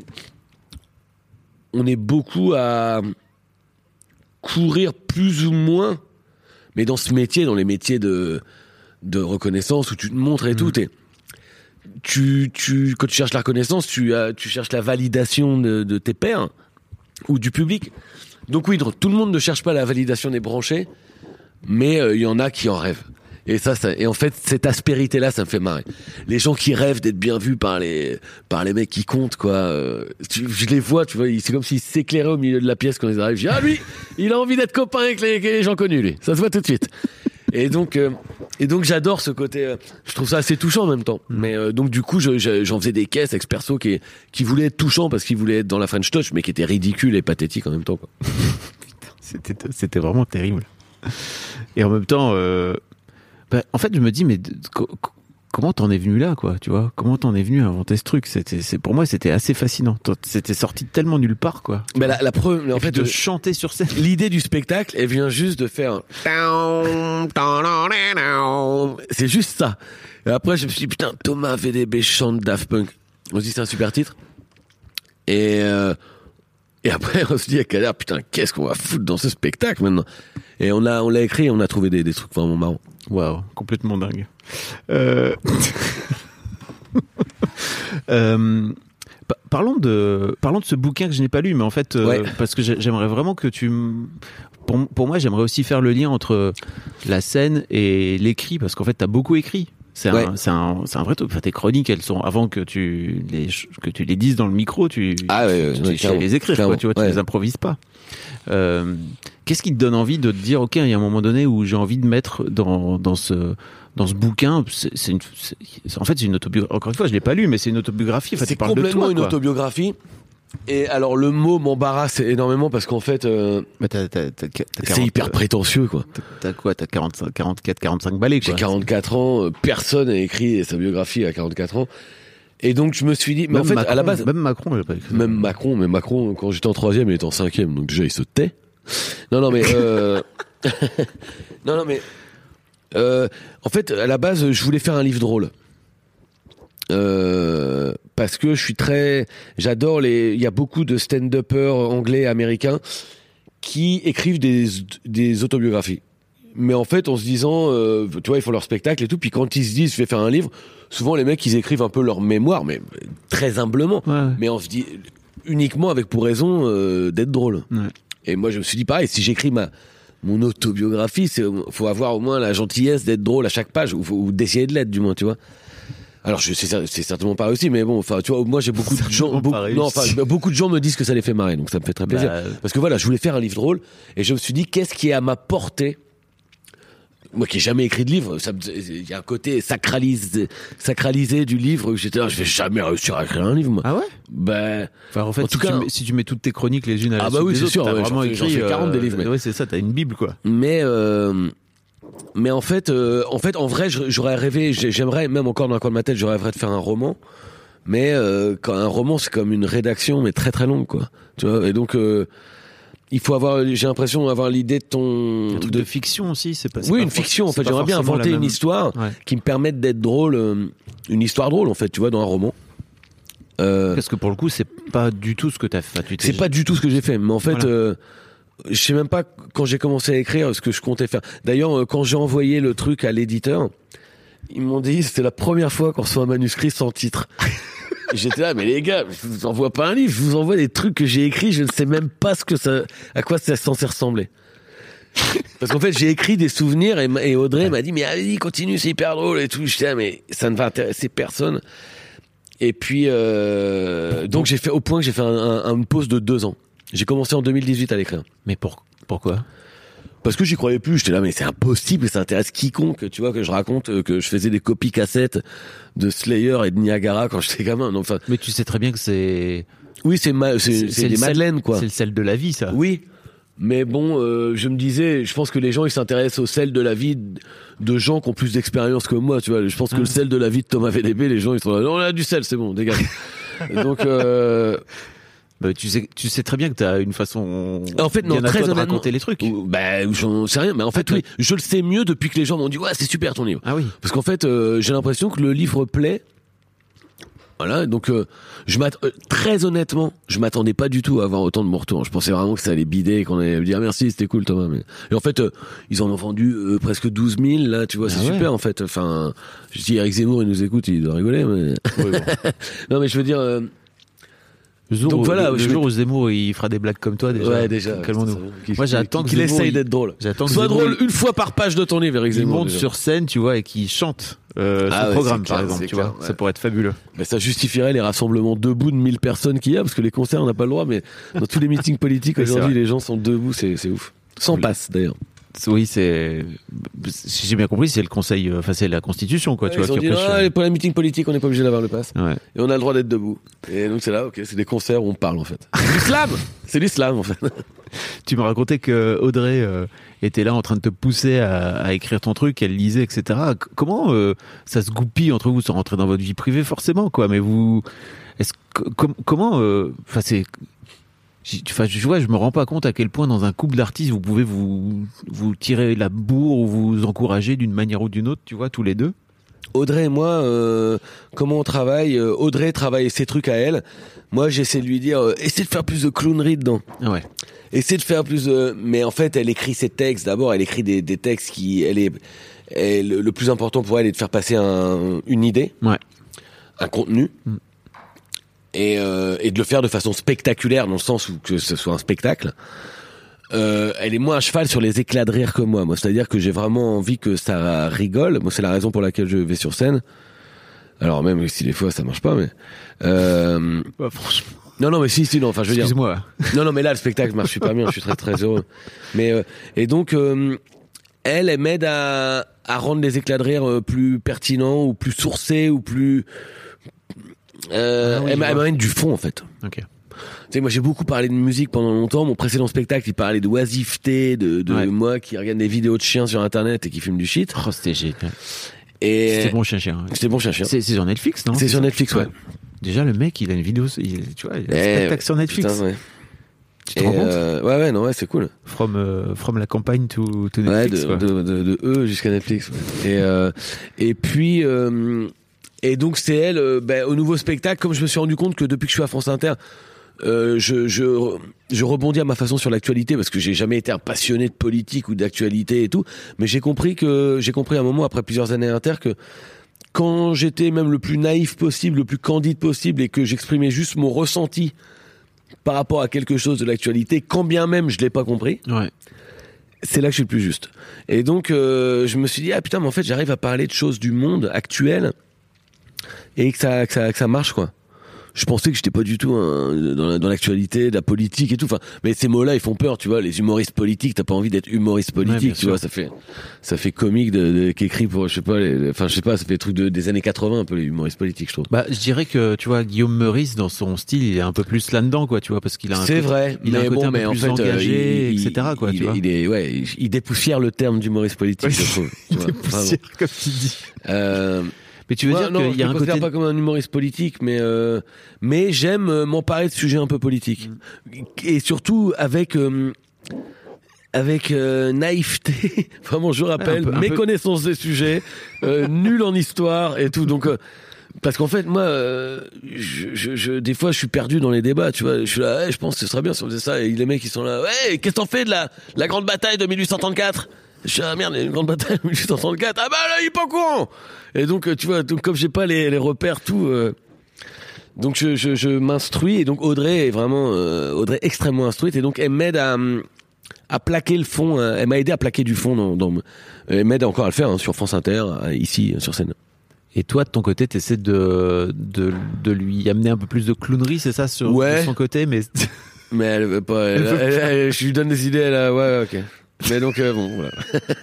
on est beaucoup à courir plus ou moins, mais dans ce métier, dans les métiers de de reconnaissance où tu te montres et tout, t'es, tu tu quand tu cherches la reconnaissance, tu as, tu cherches la validation de, de tes pairs ou du public. Donc oui, donc, tout le monde ne cherche pas la validation des branchés, mais il euh, y en a qui en rêvent. Et ça, ça, et en fait, cette aspérité-là, ça me fait marrer. Les gens qui rêvent d'être bien vus par les, par les mecs qui comptent, quoi. Euh, tu, je les vois, tu vois, ils- c'est comme s'ils s'éclairaient au milieu de la pièce quand ils arrivent. Je dis, ah lui, il a envie d'être copain avec les, avec les gens connus, lui. Ça se voit tout de suite. Et donc, euh, et donc j'adore ce côté. Euh, je trouve ça assez touchant en même temps. Mais euh, donc du coup, je, je- j'en faisais des caisses avec ce perso qui, qui voulait être touchant parce qu'il voulait être dans la French touch, mais qui était ridicule et pathétique en même temps, quoi. C'était, c'était vraiment terrible. Et en même temps, euh, bah, en fait, je me dis, mais de- co- co- comment t'en es venu là, quoi, tu vois? Comment t'en es venu à inventer ce truc? C'était, c'est, pour moi, c'était assez fascinant. Toi, c'était sorti tellement nulle part, quoi. Mais la, la preuve, mais en En fait, fait, de euh, chanter sur scène. l'idée du spectacle, elle vient juste de faire. C'est juste ça. Et après, je me suis dit, putain, Thomas V D B chante Daft Punk. On se dit, c'est un super titre. Et, euh, et après, on se dit à Kader, putain, qu'est-ce qu'on va foutre dans ce spectacle maintenant? Et on a, on l'a écrit et on a trouvé des, des trucs vraiment marrants. Waouh, complètement dingue. Euh... euh, pa- Parlons de, parlons de ce bouquin que je n'ai pas lu, mais en fait, euh, Ouais. parce que j'ai- j'aimerais vraiment que tu... m- Pour, pour moi, j'aimerais aussi faire le lien entre la scène et l'écrit, parce qu'en fait, tu as beaucoup écrit. C'est un, Ouais. c'est un, c'est un vrai truc. Enfin, tes chroniques, elles sont, avant que tu les, que tu les dises dans le micro, tu, Ah ouais, ouais, tu, ouais, tu sais clairement, les écrire, quoi, clairement, tu vois, tu ouais. les improvises pas. Euh, qu'est-ce qui te donne envie de te dire, ok, il y a un moment donné où j'ai envie de mettre dans, dans ce, dans ce bouquin, c'est, c'est une, c'est- en fait, c'est une autobiographie. Encore une fois, je l'ai pas lu, mais c'est une autobiographie. Enfin, C'est tu parles de complètement toi, une quoi. autobiographie. Et alors, le mot m'embarrasse énormément parce qu'en fait, euh, Mais t'as, t'as, t'as, t'as c'est quarante, hyper prétentieux, quoi. T'as quoi? T'as quarante, quarante-quatre, quarante-cinq balais, quoi. J'ai quarante-quatre ans, euh, personne n'a écrit sa biographie à quarante-quatre ans. Et donc je me suis dit, mais en Même fait, Macron, à la base, même Macron, il a pas écrit ça. même Macron, mais Macron, quand j'étais en troisième, il était en cinquième, donc déjà il se tait. Non, non, mais euh... non, non, mais euh... en fait, à la base, je voulais faire un livre drôle. Euh, parce que je suis très, j'adore les, il y a beaucoup de stand-uppers anglais, américains qui écrivent des, des autobiographies. Mais en fait, en se disant, euh, tu vois, ils font leur spectacle et tout, puis quand ils se disent, je vais faire un livre, souvent les mecs, ils écrivent un peu leur mémoire, mais très humblement. Ouais. Mais on se dit, uniquement avec pour raison euh, d'être drôle. Ouais. Et moi, je me suis dit, pareil, si j'écris ma, mon autobiographie, c'est, faut avoir au moins la gentillesse d'être drôle à chaque page, ou, ou d'essayer de l'être, du moins, tu vois. Alors je c'est, c'est certainement pas réussi, mais bon, enfin tu vois, moi j'ai beaucoup de gens, beaucoup, pas non, enfin beaucoup de gens me disent que ça les fait marrer, donc ça me fait très plaisir. Bah, Parce que voilà, je voulais faire un livre drôle et je me suis dit qu'est-ce qui est à ma portée. Moi qui ai jamais écrit de livre, ça il y a un côté sacralisé, sacralisé du livre. J'étais là, je vais jamais réussir à écrire un livre. Moi. Ah ouais. Ben, enfin, en fait, en si, tout cas, tu mets, si tu mets toutes tes chroniques les unes à la ah bah suite oui, des c'est autres, sûr, t'as ouais, vraiment j'en fais- écrit j'en fais quarante euh, des livres, mais- Ouais, c'est ça, t'as une bible quoi. mais euh, mais en fait, euh, en fait, en vrai, j'aurais rêvé, j'aimerais même encore dans un coin de ma tête, j'aurais rêvé de faire un roman. Mais euh, quand un roman, c'est comme une rédaction, mais très très longue, quoi. Tu vois. Et donc, euh, il faut avoir, j'ai l'impression d'avoir l'idée de ton Un truc de, de fiction aussi, c'est pas. C'est oui, pas une for- fiction. En c'est fait, pas j'aimerais bien forcément la inventer une même- histoire Ouais. qui me permette d'être drôle, euh, une histoire drôle, en fait. Tu vois, dans un roman. Euh, Parce que pour le coup, c'est pas du tout ce que t'as fait. Enfin, tu t'es- c'est pas du tout ce que j'ai fait, mais en fait. Voilà. Euh, je sais même pas quand j'ai commencé à écrire ce que je comptais faire. D'ailleurs, euh, quand j'ai envoyé le truc à l'éditeur, ils m'ont dit c'était la première fois qu'on reçoit un manuscrit sans titre. Et j'étais là, mais les gars, je vous envoie pas un livre, je vous envoie des trucs que j'ai écrits, je ne sais même pas ce que ça, à quoi c'est censé ressembler. Parce qu'en fait, j'ai écrit des souvenirs et, et Audrey m'a dit, mais allez, continue, c'est hyper drôle et tout. J'étais là, mais ça ne va intéresser personne. Et puis, euh, donc j'ai fait au point que j'ai fait un, un, une pause de deux ans. J'ai commencé en deux mille dix-huit à l'écrire. Mais pour... pourquoi? Parce que j'y croyais plus, j'étais là, mais c'est impossible, ça intéresse quiconque, tu vois, que je raconte euh, que je faisais des copies cassettes de Slayer et de Niagara quand j'étais gamin. Non, enfin, Mais tu sais très bien que c'est. oui, c'est ma, c'est, c'est, c'est le des sel- madeleines, quoi. C'est le sel de la vie, ça. Oui, mais bon, euh, je me disais, je pense que les gens, ils s'intéressent au sel de la vie de- de gens qui ont plus d'expérience que moi, tu vois. Je pense que Ah. le sel de la vie de Thomas V D B, les gens, ils sont là, non, on a du sel, c'est bon, dégage. Donc, euh, Bah, tu sais, tu sais très bien que t'as une façon. En fait, non, bien à très toi de honnêtement, raconter les trucs. ou- bah, j'en sais rien, mais en fait, Ah, oui, je le sais mieux depuis que les gens m'ont dit, ouais, c'est super ton livre. Ah oui. Parce qu'en fait, euh, j'ai l'impression que le livre plaît. Voilà, donc euh, je m'att- euh, très honnêtement, je m'attendais pas du tout à avoir autant de retours. Je pensais vraiment que ça allait bider et qu'on allait me dire merci, c'était cool Thomas. Mais... Et en fait, euh, ils en ont vendu euh, presque douze mille là, tu vois, c'est Ah ouais. super en fait. Enfin, je dis Eric Zemmour, il nous écoute, il doit rigoler. Mais... non, mais je veux dire, euh, Le jour, Donc où, voilà, le je jour vais- où Zemmour il fera des blagues comme toi déjà. ouais déjà. Calmons-nous. Qu'il- Moi, j'attends que qu'il Zemmour, essaye il- d'être drôle. J'attends que Sois Zemmour, drôle une fois par page de ton livre, Eric il Zemmour. monte déjà. sur scène, tu vois, et qui chante euh, Ah son ouais, programme, c'est par clair, exemple, c'est tu clair, vois. ouais. Ça pourrait être fabuleux. Ben, ça justifierait les rassemblements debout de mille personnes qu'il y a, parce que les concerts, on n'a pas le droit, mais dans tous les meetings politiques Oui, c'est aujourd'hui, vrai. les gens sont debout, c'est, c'est ouf. Sans Oui. passe, d'ailleurs. Oui, c'est. Si j'ai bien compris, c'est le conseil. euh, Enfin, c'est la Constitution, quoi, tu Ils vois. ont qui dit, empêche, ah, euh, pour les meetings politiques, on n'est pas obligé d'avoir le pass. ouais. Et on a le droit d'être debout. Et donc, c'est là, ok, c'est des concerts où on parle, en fait. C'est l'islam! C'est l'islam, en fait. Tu me racontais que Audrey euh, était là en train de te pousser à, à écrire ton truc, elle lisait, et cetera. C- Comment euh, ça se goupille entre vous sans rentrer dans votre vie privée, forcément, quoi. Mais vous, est-ce que- com- comment, enfin, c'est, j'y- enfin, je vois, je me rends pas compte à quel point dans un couple d'artistes vous pouvez vous vous tirer la bourre ou vous encourager d'une manière ou d'une autre, tu vois, tous les deux. Audrey et moi, euh, comment on travaille? euh, Audrey travaille ses trucs à elle. Moi, j'essaie de lui dire, euh, essaie de faire plus de clownerie dedans. Ouais. Essaie de faire plus de... Mais en fait, elle écrit ses textes. D'abord, elle écrit des, des textes qui... Elle est... elle- le plus important pour elle est de faire passer un, une idée, Ouais. un contenu, Mm. et, euh, et de le faire de façon spectaculaire, dans le sens où que ce soit un spectacle. Euh, elle est moins à cheval sur les éclats de rire que moi. Moi, c'est-à-dire que j'ai vraiment envie que ça rigole. Moi, c'est la raison pour laquelle je vais sur scène. Alors, même si des fois ça marche pas, mais... Euh... Bah, franchement. Non, non, mais si, si, non. Enfin, je veux dire... Excuse-moi. Non, non, mais là, le spectacle marche super bien. Je suis très, très heureux. Mais euh, et donc, euh, elle, elle m'aide à, à rendre les éclats de rire euh, plus pertinents ou plus sourcés ou plus. Euh, Ah oui, elle je m'a- elle vois. m'amène du fond, en fait. Ok. Tu sais, moi, j'ai beaucoup parlé de musique pendant longtemps. Mon précédent spectacle, il parlait d'oisiveté, de, de Ouais. moi qui regarde des vidéos de chiens sur Internet et qui fume du shit. Oh, c'était génial. Et C'était bon chien chien. C'était bon chien chien. C'est c'est sur Netflix, non? C'est sur ça Netflix, ouais. Déjà, le mec, il a une vidéo, il, tu vois, il a un Eh, spectacle sur Netflix. putain, ouais. Tu te Et, rends compte? euh, ouais, ouais, non, ouais, c'est cool. From, euh, from la campagne to, to Ouais, Netflix, de, quoi. de, de, de eux jusqu'à Netflix. Ouais. Et, euh, et puis, euh, et donc c'est elle, euh, ben, au nouveau spectacle, comme je me suis rendu compte que depuis que je suis à France Inter, euh, je, je, je rebondis à ma façon sur l'actualité parce que j'ai jamais été un passionné de politique ou d'actualité et tout. Mais j'ai compris que, j'ai compris à un moment, après plusieurs années à Inter, que quand j'étais même le plus naïf possible, le plus candide possible et que j'exprimais juste mon ressenti par rapport à quelque chose de l'actualité, quand bien même je l'ai pas compris, Ouais. c'est là que je suis le plus juste. Et donc, euh, je me suis dit, ah putain, mais en fait, j'arrive à parler de choses du monde actuel et que ça, que ça, que ça marche, quoi. Je pensais que j'étais pas du tout hein, dans, la, dans l'actualité, de la politique et tout. Enfin, mais ces mots-là, ils font peur, tu vois. Les humoristes politiques, t'as pas envie d'être humoriste politique, ouais, tu sûr. vois. Ça fait, ça fait comique de, de, qu'écrit pour, je sais pas, les, enfin, je sais pas, ça fait des trucs de, des années quatre-vingts, un peu les humoristes politiques, je trouve. Bah, je dirais que, tu vois, Guillaume Meurice, dans son style, il est un peu plus là-dedans, quoi, tu vois, parce qu'il a un C'est côté, vrai, il a un côté bon, un peu mais en plus fait, engagé, il, il, et cetera, quoi, il, tu vois. Il est, ouais, il, il dépoussière le terme d'humoriste politique, je trouve. Il dépoussière, comme tu dis. Euh, Mais tu veux ouais, dire non, qu'il y a je un me côté. considère pas comme un humoriste politique, mais euh, mais j'aime euh, m'emparer de sujets un peu politiques mmh. et surtout avec euh, avec euh, naïveté. Vraiment, je rappelle, ouais, un peu, un méconnaissance peu... des sujets, euh, nul en histoire et tout. Donc euh, parce qu'en fait, moi, euh, je, je, je, des fois, je suis perdu dans les débats. Tu vois, je suis là, hey, je pense que ce serait bien si on faisait ça. Et les mecs, ils sont là, ouais, qu'est-ce que t'en fais de la la grande bataille de mille huit cent trente-quatre? Je suis ah merde, il y a une grande bataille de mille huit cent trente-quatre. Ah bah là, il est pas au courant. Et donc, tu vois, donc comme j'ai pas les, les repères, tout, euh, donc je, je, je m'instruis. Et donc Audrey est vraiment, euh, Audrey est extrêmement instruite. Et donc elle m'aide à, à plaquer le fond. Hein, elle m'a aidé à plaquer du fond dans, dans elle m'aide encore à le faire hein, sur France Inter, ici sur scène. Et toi, de ton côté, t'essaies de, de, de lui amener un peu plus de clownerie, c'est ça, sur ouais. de son côté, mais. Mais elle veut pas. Elle, elle, elle, elle, je lui donne des idées. Elle a, ouais, ok. Mais donc euh, bon, voilà.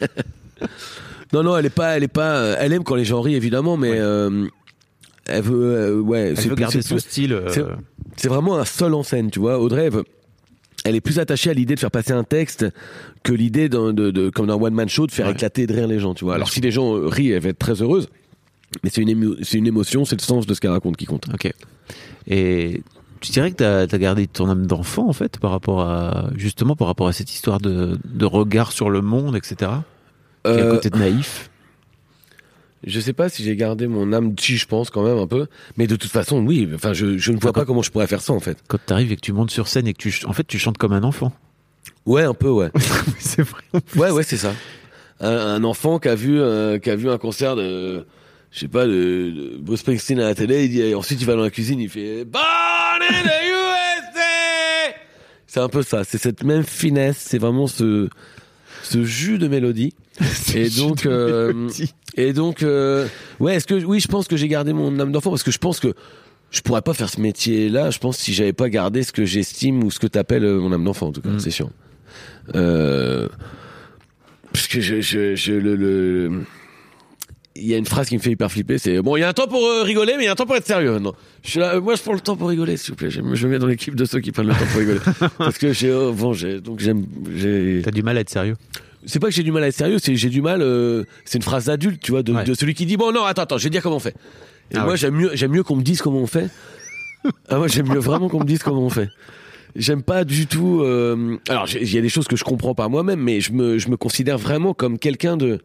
Non, non, elle est pas, elle est pas, elle aime quand les gens rient évidemment, mais ouais. euh, elle veut, euh, ouais, elle c'est veut garder son plus, style. Euh... C'est, c'est vraiment un seul en scène, tu vois. Audrey, elle, veut, elle est plus attachée à l'idée de faire passer un texte que l'idée d'un, de, de, comme dans un one man show, de faire ouais. éclater et de rire les gens, tu vois. Alors si les gens rient, elle va être très heureuse, mais c'est une, émo, c'est une émotion, c'est le sens de ce qu'elle raconte qui compte. Ok. Et tu dirais que t'as, t'as gardé ton âme d'enfant en fait par rapport à justement par rapport à cette histoire de, de regard sur le monde, et cetera. Qui est à côté de naïf. Je sais pas si j'ai gardé mon âme, si je pense quand même un peu, mais de toute façon oui. Enfin, je, je ne vois quand, pas comment je pourrais faire ça en fait. Quand t'arrives et que tu montes sur scène et que tu, en fait, tu chantes comme un enfant. Ouais, un peu, ouais. C'est vrai. Ouais, ouais, c'est ça. Un, un enfant qui a vu, euh, qui a vu un concert de, je sais pas, de, de Bruce Springsteen à la télé. Il dit, et ensuite il va dans la cuisine, il fait Born in the U S A. C'est un peu ça. C'est cette même finesse. C'est vraiment ce, ce jus de mélodie. Et donc, euh, et donc, euh, ouais, est-ce que, oui, je pense que j'ai gardé mon âme d'enfant parce que je pense que je pourrais pas faire ce métier-là, je pense, si j'avais pas gardé ce que j'estime ou ce que t'appelles mon âme d'enfant, en tout cas, mmh. c'est sûr. Euh, parce que je, je, je, le, le, il y a une phrase qui me fait hyper flipper, c'est, bon, il y a un temps pour euh, rigoler, mais il y a un temps pour être sérieux, non. Je suis là, euh, moi, je prends le temps pour rigoler, s'il vous plaît. Je me mets dans l'équipe de ceux qui prennent le temps pour rigoler. Parce que j'ai, oh, bon, j'ai, donc j'aime, j'ai. T'as du mal à être sérieux. C'est pas que j'ai du mal à être sérieux, c'est j'ai du mal. Euh, c'est une phrase d'adulte, tu vois, de, ouais. de celui qui dit bon non attends attends, je vais te dire comment on fait. Et ah moi ouais. j'aime mieux j'aime mieux qu'on me dise comment on fait. Ah moi j'aime mieux vraiment qu'on me dise comment on fait. J'aime pas du tout. Euh... Alors il y a des choses que je comprends par moi-même, mais je me je me considère vraiment comme quelqu'un de.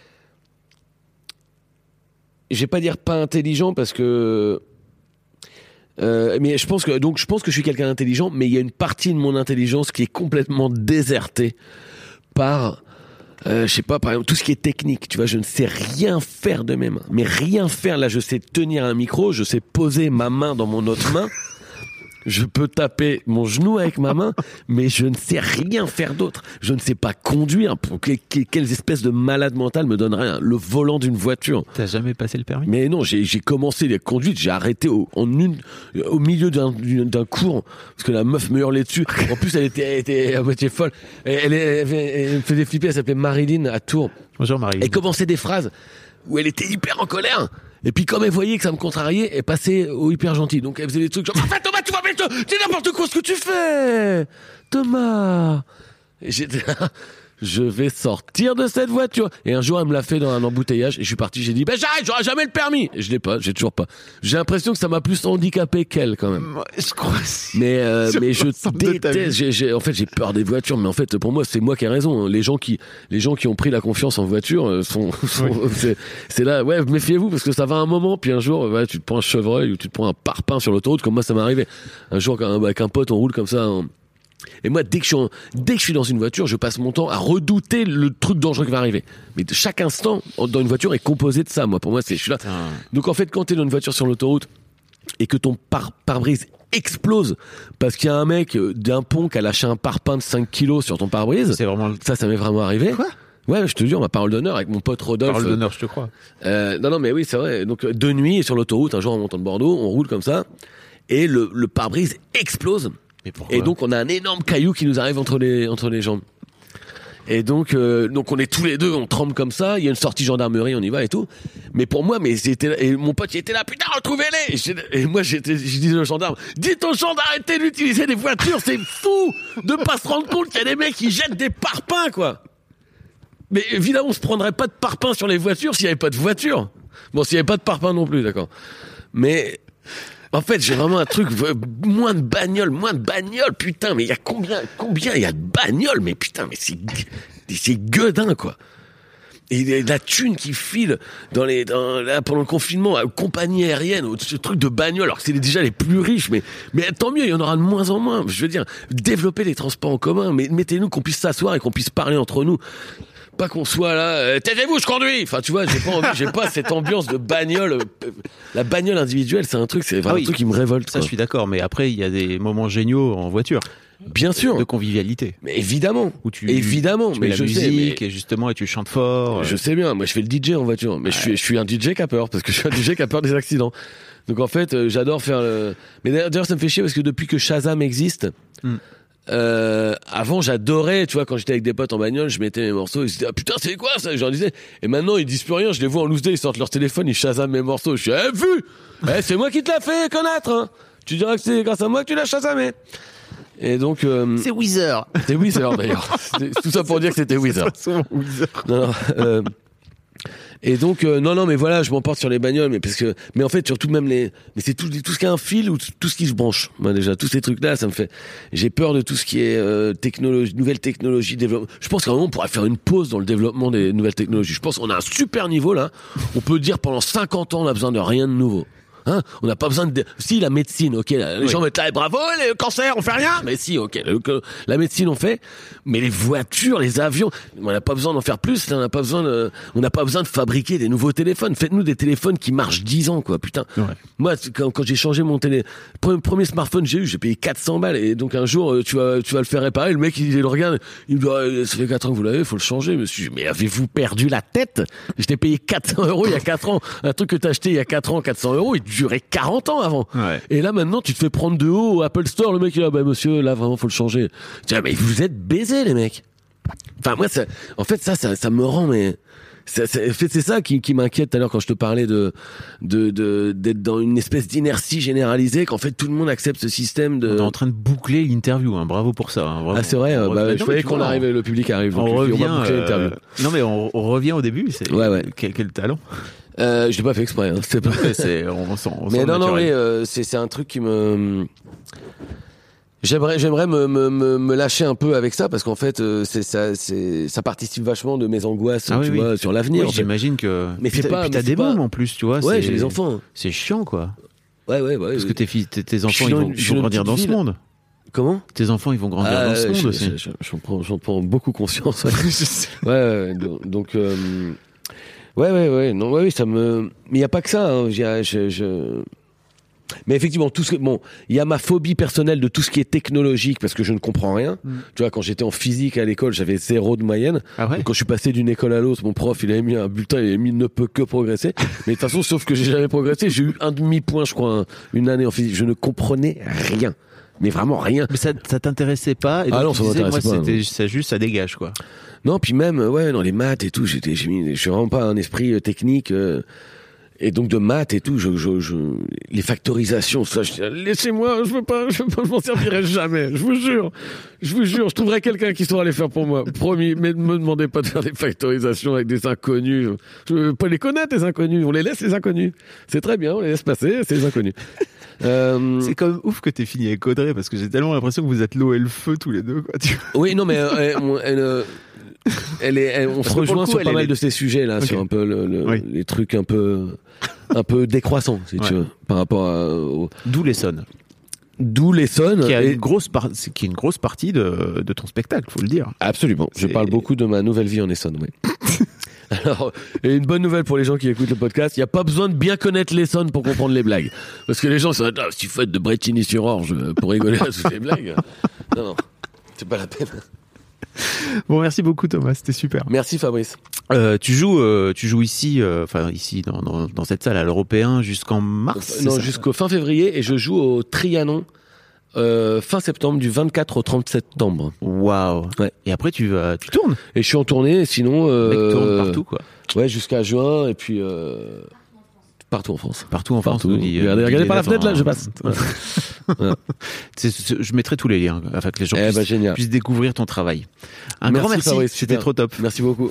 Je vais pas dire pas intelligent parce que. Euh, mais je pense que donc je pense que je suis quelqu'un d'intelligent, mais il y a une partie de mon intelligence qui est complètement désertée par Euh, je sais pas, par exemple, tout ce qui est technique, tu vois, je ne sais rien faire de mes mains. Mais rien faire, là, je sais tenir un micro, je sais poser ma main dans mon autre main, je peux taper mon genou avec ma main, mais je ne sais rien faire d'autre. Je ne sais pas conduire. Pour que, que, quelles espèces de malade mental me donnerait hein, le volant d'une voiture? T'as jamais passé le permis? Mais non, j'ai, j'ai commencé la conduite, j'ai arrêté au, en une, au milieu d'un, d'un cours, parce que la meuf me hurlait dessus. En plus, elle était, elle était à moitié folle. Elle, elle, elle, elle me faisait flipper, elle s'appelait Marilyn à Tours. Bonjour Marilyn. Elle commençait des phrases où elle était hyper en colère. Et puis comme elle voyait que ça me contrariait, elle passait au hyper gentil. Donc elle faisait des trucs genre en fait Thomas, tu vois bien, c'est n'importe quoi ce que tu fais, Thomas. Et j'étais là, je vais sortir de cette voiture. Et un jour elle me l'a fait dans un embouteillage et je suis parti. J'ai dit ben j'arrête, j'aurai jamais le permis. Et je l'ai pas, j'ai toujours pas. J'ai l'impression que ça m'a plus handicapé qu'elle quand même. Je crois. Mais euh, mais je déteste. J'ai, j'ai, en fait j'ai peur des voitures. Mais en fait pour moi c'est moi qui ai raison. Les gens qui les gens qui ont pris la confiance en voiture sont, sont oui. c'est, c'est là. Ouais méfiez-vous parce que ça va un moment. Puis un jour ouais, tu te prends un chevreuil ou tu te prends un parpaing sur l'autoroute comme moi ça m'est arrivé. Un jour avec un pote on roule comme ça. On... Et moi, dès que, je suis en, dès que je suis dans une voiture, je passe mon temps à redouter le truc dangereux qui va arriver. Mais de chaque instant dans une voiture est composé de ça. Moi, pour moi, c'est je suis là. Putain. Donc en fait, quand t'es dans une voiture sur l'autoroute et que ton par, pare-brise explose parce qu'il y a un mec d'un pont qui a lâché un parpaing de cinq kilos sur ton pare-brise, c'est vraiment ça, ça m'est vraiment arrivé. Quoi? Ouais, je te jure, ma parole d'honneur avec mon pote Rodolphe. Parole d'honneur, je te crois. Euh, non, non, mais oui, c'est vrai. Donc, de nuit, sur l'autoroute, un jour en montant de Bordeaux, on roule comme ça, et le, le pare-brise explose. Mais pourquoi ? Et donc, on a un énorme caillou qui nous arrive entre les, entre les jambes. Et donc, euh, donc on est tous les deux, on tremble comme ça. Il y a une sortie gendarmerie, on y va et tout. Mais pour moi, mais j'étais là, et mon pote il était là, putain, retrouvez-les. Et, j'ai, et moi, j'étais, je disais au gendarme, dites aux gens d'arrêter d'utiliser des voitures, c'est fou de pas se rendre compte qu'il y a des mecs qui jettent des parpaings, quoi. Mais évidemment, on se prendrait pas de parpaings sur les voitures s'il y avait pas de voiture. Bon, s'il y avait pas de parpaings non plus, d'accord. Mais en fait, j'ai vraiment un truc, moins de bagnoles, moins de bagnoles, putain, mais il y a combien, combien il y a de bagnoles, mais putain, mais c'est, c'est gueudin, quoi. Et la thune qui file dans les, dans, là, pendant le confinement, à compagnie aérienne, ce truc de bagnole, alors que c'est déjà les plus riches, mais, mais tant mieux, il y en aura de moins en moins. Je veux dire, développer les transports en commun, mais mettez-nous qu'on puisse s'asseoir et qu'on puisse parler entre nous. Pas qu'on soit là, euh, taisez-vous, je conduis. Enfin, tu vois, j'ai pas envie, j'ai pas cette ambiance de bagnole. La bagnole individuelle, c'est un truc, c'est vraiment ah oui, un truc qui me révolte. Ça, quoi. Je suis d'accord, mais après, il y a des moments géniaux en voiture. Bien sûr. De convivialité. Mais évidemment. Où tu, évidemment. Tu mais mets la je musique sais, mais... et justement, et tu chantes fort. Je sais bien. Moi, je fais le D J en voiture. Mais ouais. je suis, je suis un D J qui a peur parce que je suis un D J qui a peur des accidents. Donc, en fait, euh, j'adore faire le, mais d'ailleurs, ça me fait chier parce que depuis que Shazam existe, mm. Euh, avant j'adorais, tu vois, quand j'étais avec des potes en bagnole, je mettais mes morceaux, ils se disaient ah putain c'est quoi ça, j'en disais, et maintenant ils disent plus rien, je les vois en loose day, ils sortent leur téléphone, ils shazam mes morceaux, je suis eh vu, eh, c'est moi qui te l'ai fait connaître, hein. Tu diras que c'est grâce à moi que tu l'as shazamé. Et donc euh, c'est Weezer, c'est Weezer d'ailleurs, c'est tout ça pour dire que c'était Weezer. Non, non, euh, et donc euh, non non mais voilà, je m'emporte sur les bagnoles, mais parce que mais en fait surtout même les mais c'est tout tout ce qui a un fil ou tout ce qui se branche. Moi déjà tous ces trucs là, ça me fait j'ai peur de tout ce qui est euh, technologie, nouvelles technologies, développement. Je pense qu'à un moment on pourrait faire une pause dans le développement des nouvelles technologies. Je pense qu'on a un super niveau là. On peut dire pendant cinquante ans on a besoin de rien de nouveau. Hein, on n'a pas besoin de... Si, la médecine, ok, là, les oui. gens vont être là, bravo, les cancers, on fait rien. Mais si, ok, le, la médecine, on fait. Mais les voitures, les avions, on n'a pas besoin d'en faire plus. On n'a pas besoin de, on n'a pas besoin de fabriquer des nouveaux téléphones. Faites-nous des téléphones qui marchent dix ans, quoi, putain. Ouais. Moi, quand, quand j'ai changé mon télé, premier, premier smartphone que j'ai eu, j'ai payé quatre cents balles. Et donc, un jour, tu vas, tu vas le faire réparer. Le mec, il, il le regarde, il me dit, ah, ça fait quatre ans que vous l'avez, faut le changer, monsieur. Mais avez-vous perdu la tête? Je t'ai payé quatre cents euros il y a quatre ans. Un truc que t'as acheté il y a quatre ans, quatre cents euros, il durait quarante ans avant. Ouais. Et là, maintenant, tu te fais prendre de haut au Apple Store. Le mec, il est là, bah, monsieur, là, vraiment, faut le changer. Tu dis, ah, mais vous êtes baisés, les mecs. Enfin, moi, ça, en fait, ça, ça, ça me rend, mais, ça, ça, c'est ça qui, qui m'inquiète tout à l'heure quand je te parlais de, de, de, d'être dans une espèce d'inertie généralisée, qu'en fait, tout le monde accepte ce système de... On est en train de boucler l'interview, hein. Bravo pour ça, hein. Ah, c'est vrai, euh, bah, je voyais qu'on vois, arrive, le public arrive. On donc, revient, on va boucler l'interview. Euh, non, mais on, on revient au début, c'est, ouais, ouais. Quel, quel talent. Euh, je l'ai pas fait exprès, hein. C'est pas. c'est, on sent, on mais sent non, non, mais euh, c'est c'est un truc qui me. J'aimerais, j'aimerais me, me, me, me lâcher un peu avec ça parce qu'en fait, euh, c'est ça, c'est ça participe vachement de mes angoisses, ah, tu oui, vois, oui. sur l'avenir. Oui, en fait. J'imagine que. Mais puis c'est t'as, pas. Puis t'as des mômes en plus, tu vois. Ouais, c'est... j'ai des enfants. C'est chiant, quoi. Ouais, ouais, ouais. Parce que tes filles, tes, tes enfants, ils vont, ils vont grandir dans ville. ce monde. Comment? Tes enfants, ils vont grandir ah, dans ce monde je, aussi. Je, je, j'en prends, j'en prends beaucoup conscience. Ouais, ouais, ouais. Donc. donc euh, Ouais, ouais, ouais, non, ouais, oui, ça me. Mais il y a pas que ça. Hein. Je, je, je... Mais effectivement, tout ce que bon, il y a ma phobie personnelle de tout ce qui est technologique parce que je ne comprends rien. Mm. Tu vois, quand j'étais en physique à l'école, j'avais zéro de moyenne. Ah ouais. Quand je suis passé d'une école à l'autre, mon prof, il avait mis un bulletin, il avait mis ne peut que progresser. Mais de toute façon, sauf que j'ai jamais progressé, j'ai eu un demi point, je crois, un, une année en physique. Je ne comprenais rien. Mais vraiment rien. Mais ça, ça t'intéressait pas? Et donc ah non, tu ça disais, m'intéressait moi, pas. C'était, ça juste, ça dégage, quoi. Non, puis même, ouais, dans les maths et tout, j'étais, j'ai mis, je suis vraiment pas un esprit euh, technique, euh, et donc de maths et tout, je, je, je, les factorisations, ça, je dis, laissez-moi, je veux pas, je veux pas, je m'en servirai jamais, je vous jure, je vous jure, je trouverai quelqu'un qui saura les faire pour moi, promis, mais ne me demandez pas de faire des factorisations avec des inconnus, je veux pas les connaître, les inconnus, on les laisse, les inconnus, c'est très bien, on les laisse passer, c'est les inconnus. Euh... C'est quand même ouf que t'aies fini avec Audrey, parce que j'ai tellement l'impression que vous êtes l'eau et le feu tous les deux, quoi. Tu vois. Oui, non, mais euh, elle, elle, euh, elle est, elle, on se rejoint coup, sur pas mal est... de ces sujets là, okay. Sur un peu le, le, oui. les trucs un peu, un peu décroissants, si ouais. tu veux, par rapport à. Au... D'où l'Essonne. D'où l'Essonne. Qui a et... une grosse par... qui est une grosse partie de, de ton spectacle, faut le dire. Absolument. C'est... Je parle beaucoup de ma nouvelle vie en Essonne, oui. Alors, et une bonne nouvelle pour les gens qui écoutent le podcast, il n'y a pas besoin de bien connaître l'Essonne pour comprendre les blagues. Parce que les gens sont là, ah, si vous faites de Brétigny-sur-Orge pour rigoler à toutes les blagues. Non, non, c'est pas la peine. Bon, merci beaucoup Thomas, c'était super. Merci Fabrice. Euh, tu joues, euh, tu joues ici, enfin euh, ici dans, dans, dans cette salle à l'Européen jusqu'en mars. Non, jusqu'au fin février, et je joue au Trianon euh, fin septembre, du vingt-quatre au trente septembre. Waouh. Ouais. Et après tu vas, tu tournes. Et je suis en tournée, sinon. Euh, Le mec tourne partout quoi. Ouais, jusqu'à juin, et puis. Euh... Partout en France. Partout en France. Partout. Dit, regardez, euh, regardez par la hein. fenêtre, là, je passe. Voilà. c'est, c'est, je mettrai tous les liens afin que les gens eh puissent, bah, génial. puissent découvrir ton travail. Un merci, grand merci, Fabrice, c'était super. trop top. Merci beaucoup.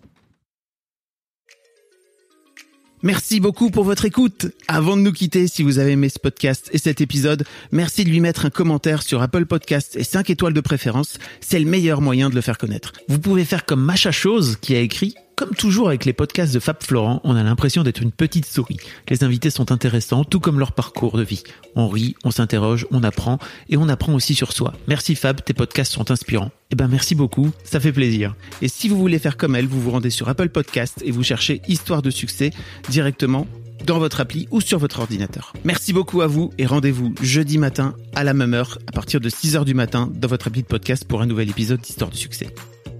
Merci beaucoup pour votre écoute. Avant de nous quitter, si vous avez aimé ce podcast et cet épisode, merci de lui mettre un commentaire sur Apple Podcasts et cinq étoiles de préférence. C'est le meilleur moyen de le faire connaître. Vous pouvez faire comme Macha Chose qui a écrit: comme toujours avec les podcasts de Fab Florent, on a l'impression d'être une petite souris. Les invités sont intéressants, tout comme leur parcours de vie. On rit, on s'interroge, on apprend, et on apprend aussi sur soi. Merci Fab, tes podcasts sont inspirants. Eh ben merci beaucoup, ça fait plaisir. Et si vous voulez faire comme elle, vous vous rendez sur Apple Podcasts et vous cherchez Histoire de succès directement dans votre appli ou sur votre ordinateur. Merci beaucoup à vous et rendez-vous jeudi matin à la même heure, à partir de six heures du matin, dans votre appli de podcast pour un nouvel épisode d'Histoire de succès.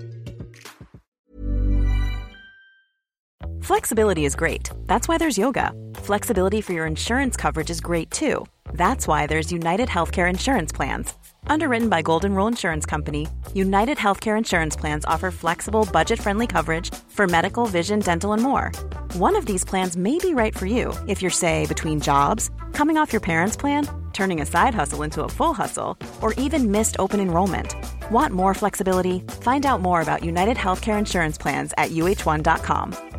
Flexibility is great. That's why there's yoga. Flexibility for your insurance coverage is great too. That's why there's United Healthcare Insurance Plans. Underwritten by Golden Rule Insurance Company, United Healthcare Insurance Plans offer flexible, budget-friendly coverage for medical, vision, dental, and more. One of these plans may be right for you if you're, say, between jobs, coming off your parents' plan, turning a side hustle into a full hustle, or even missed open enrollment. Want more flexibility? Find out more about United Healthcare Insurance Plans at U H one dot com.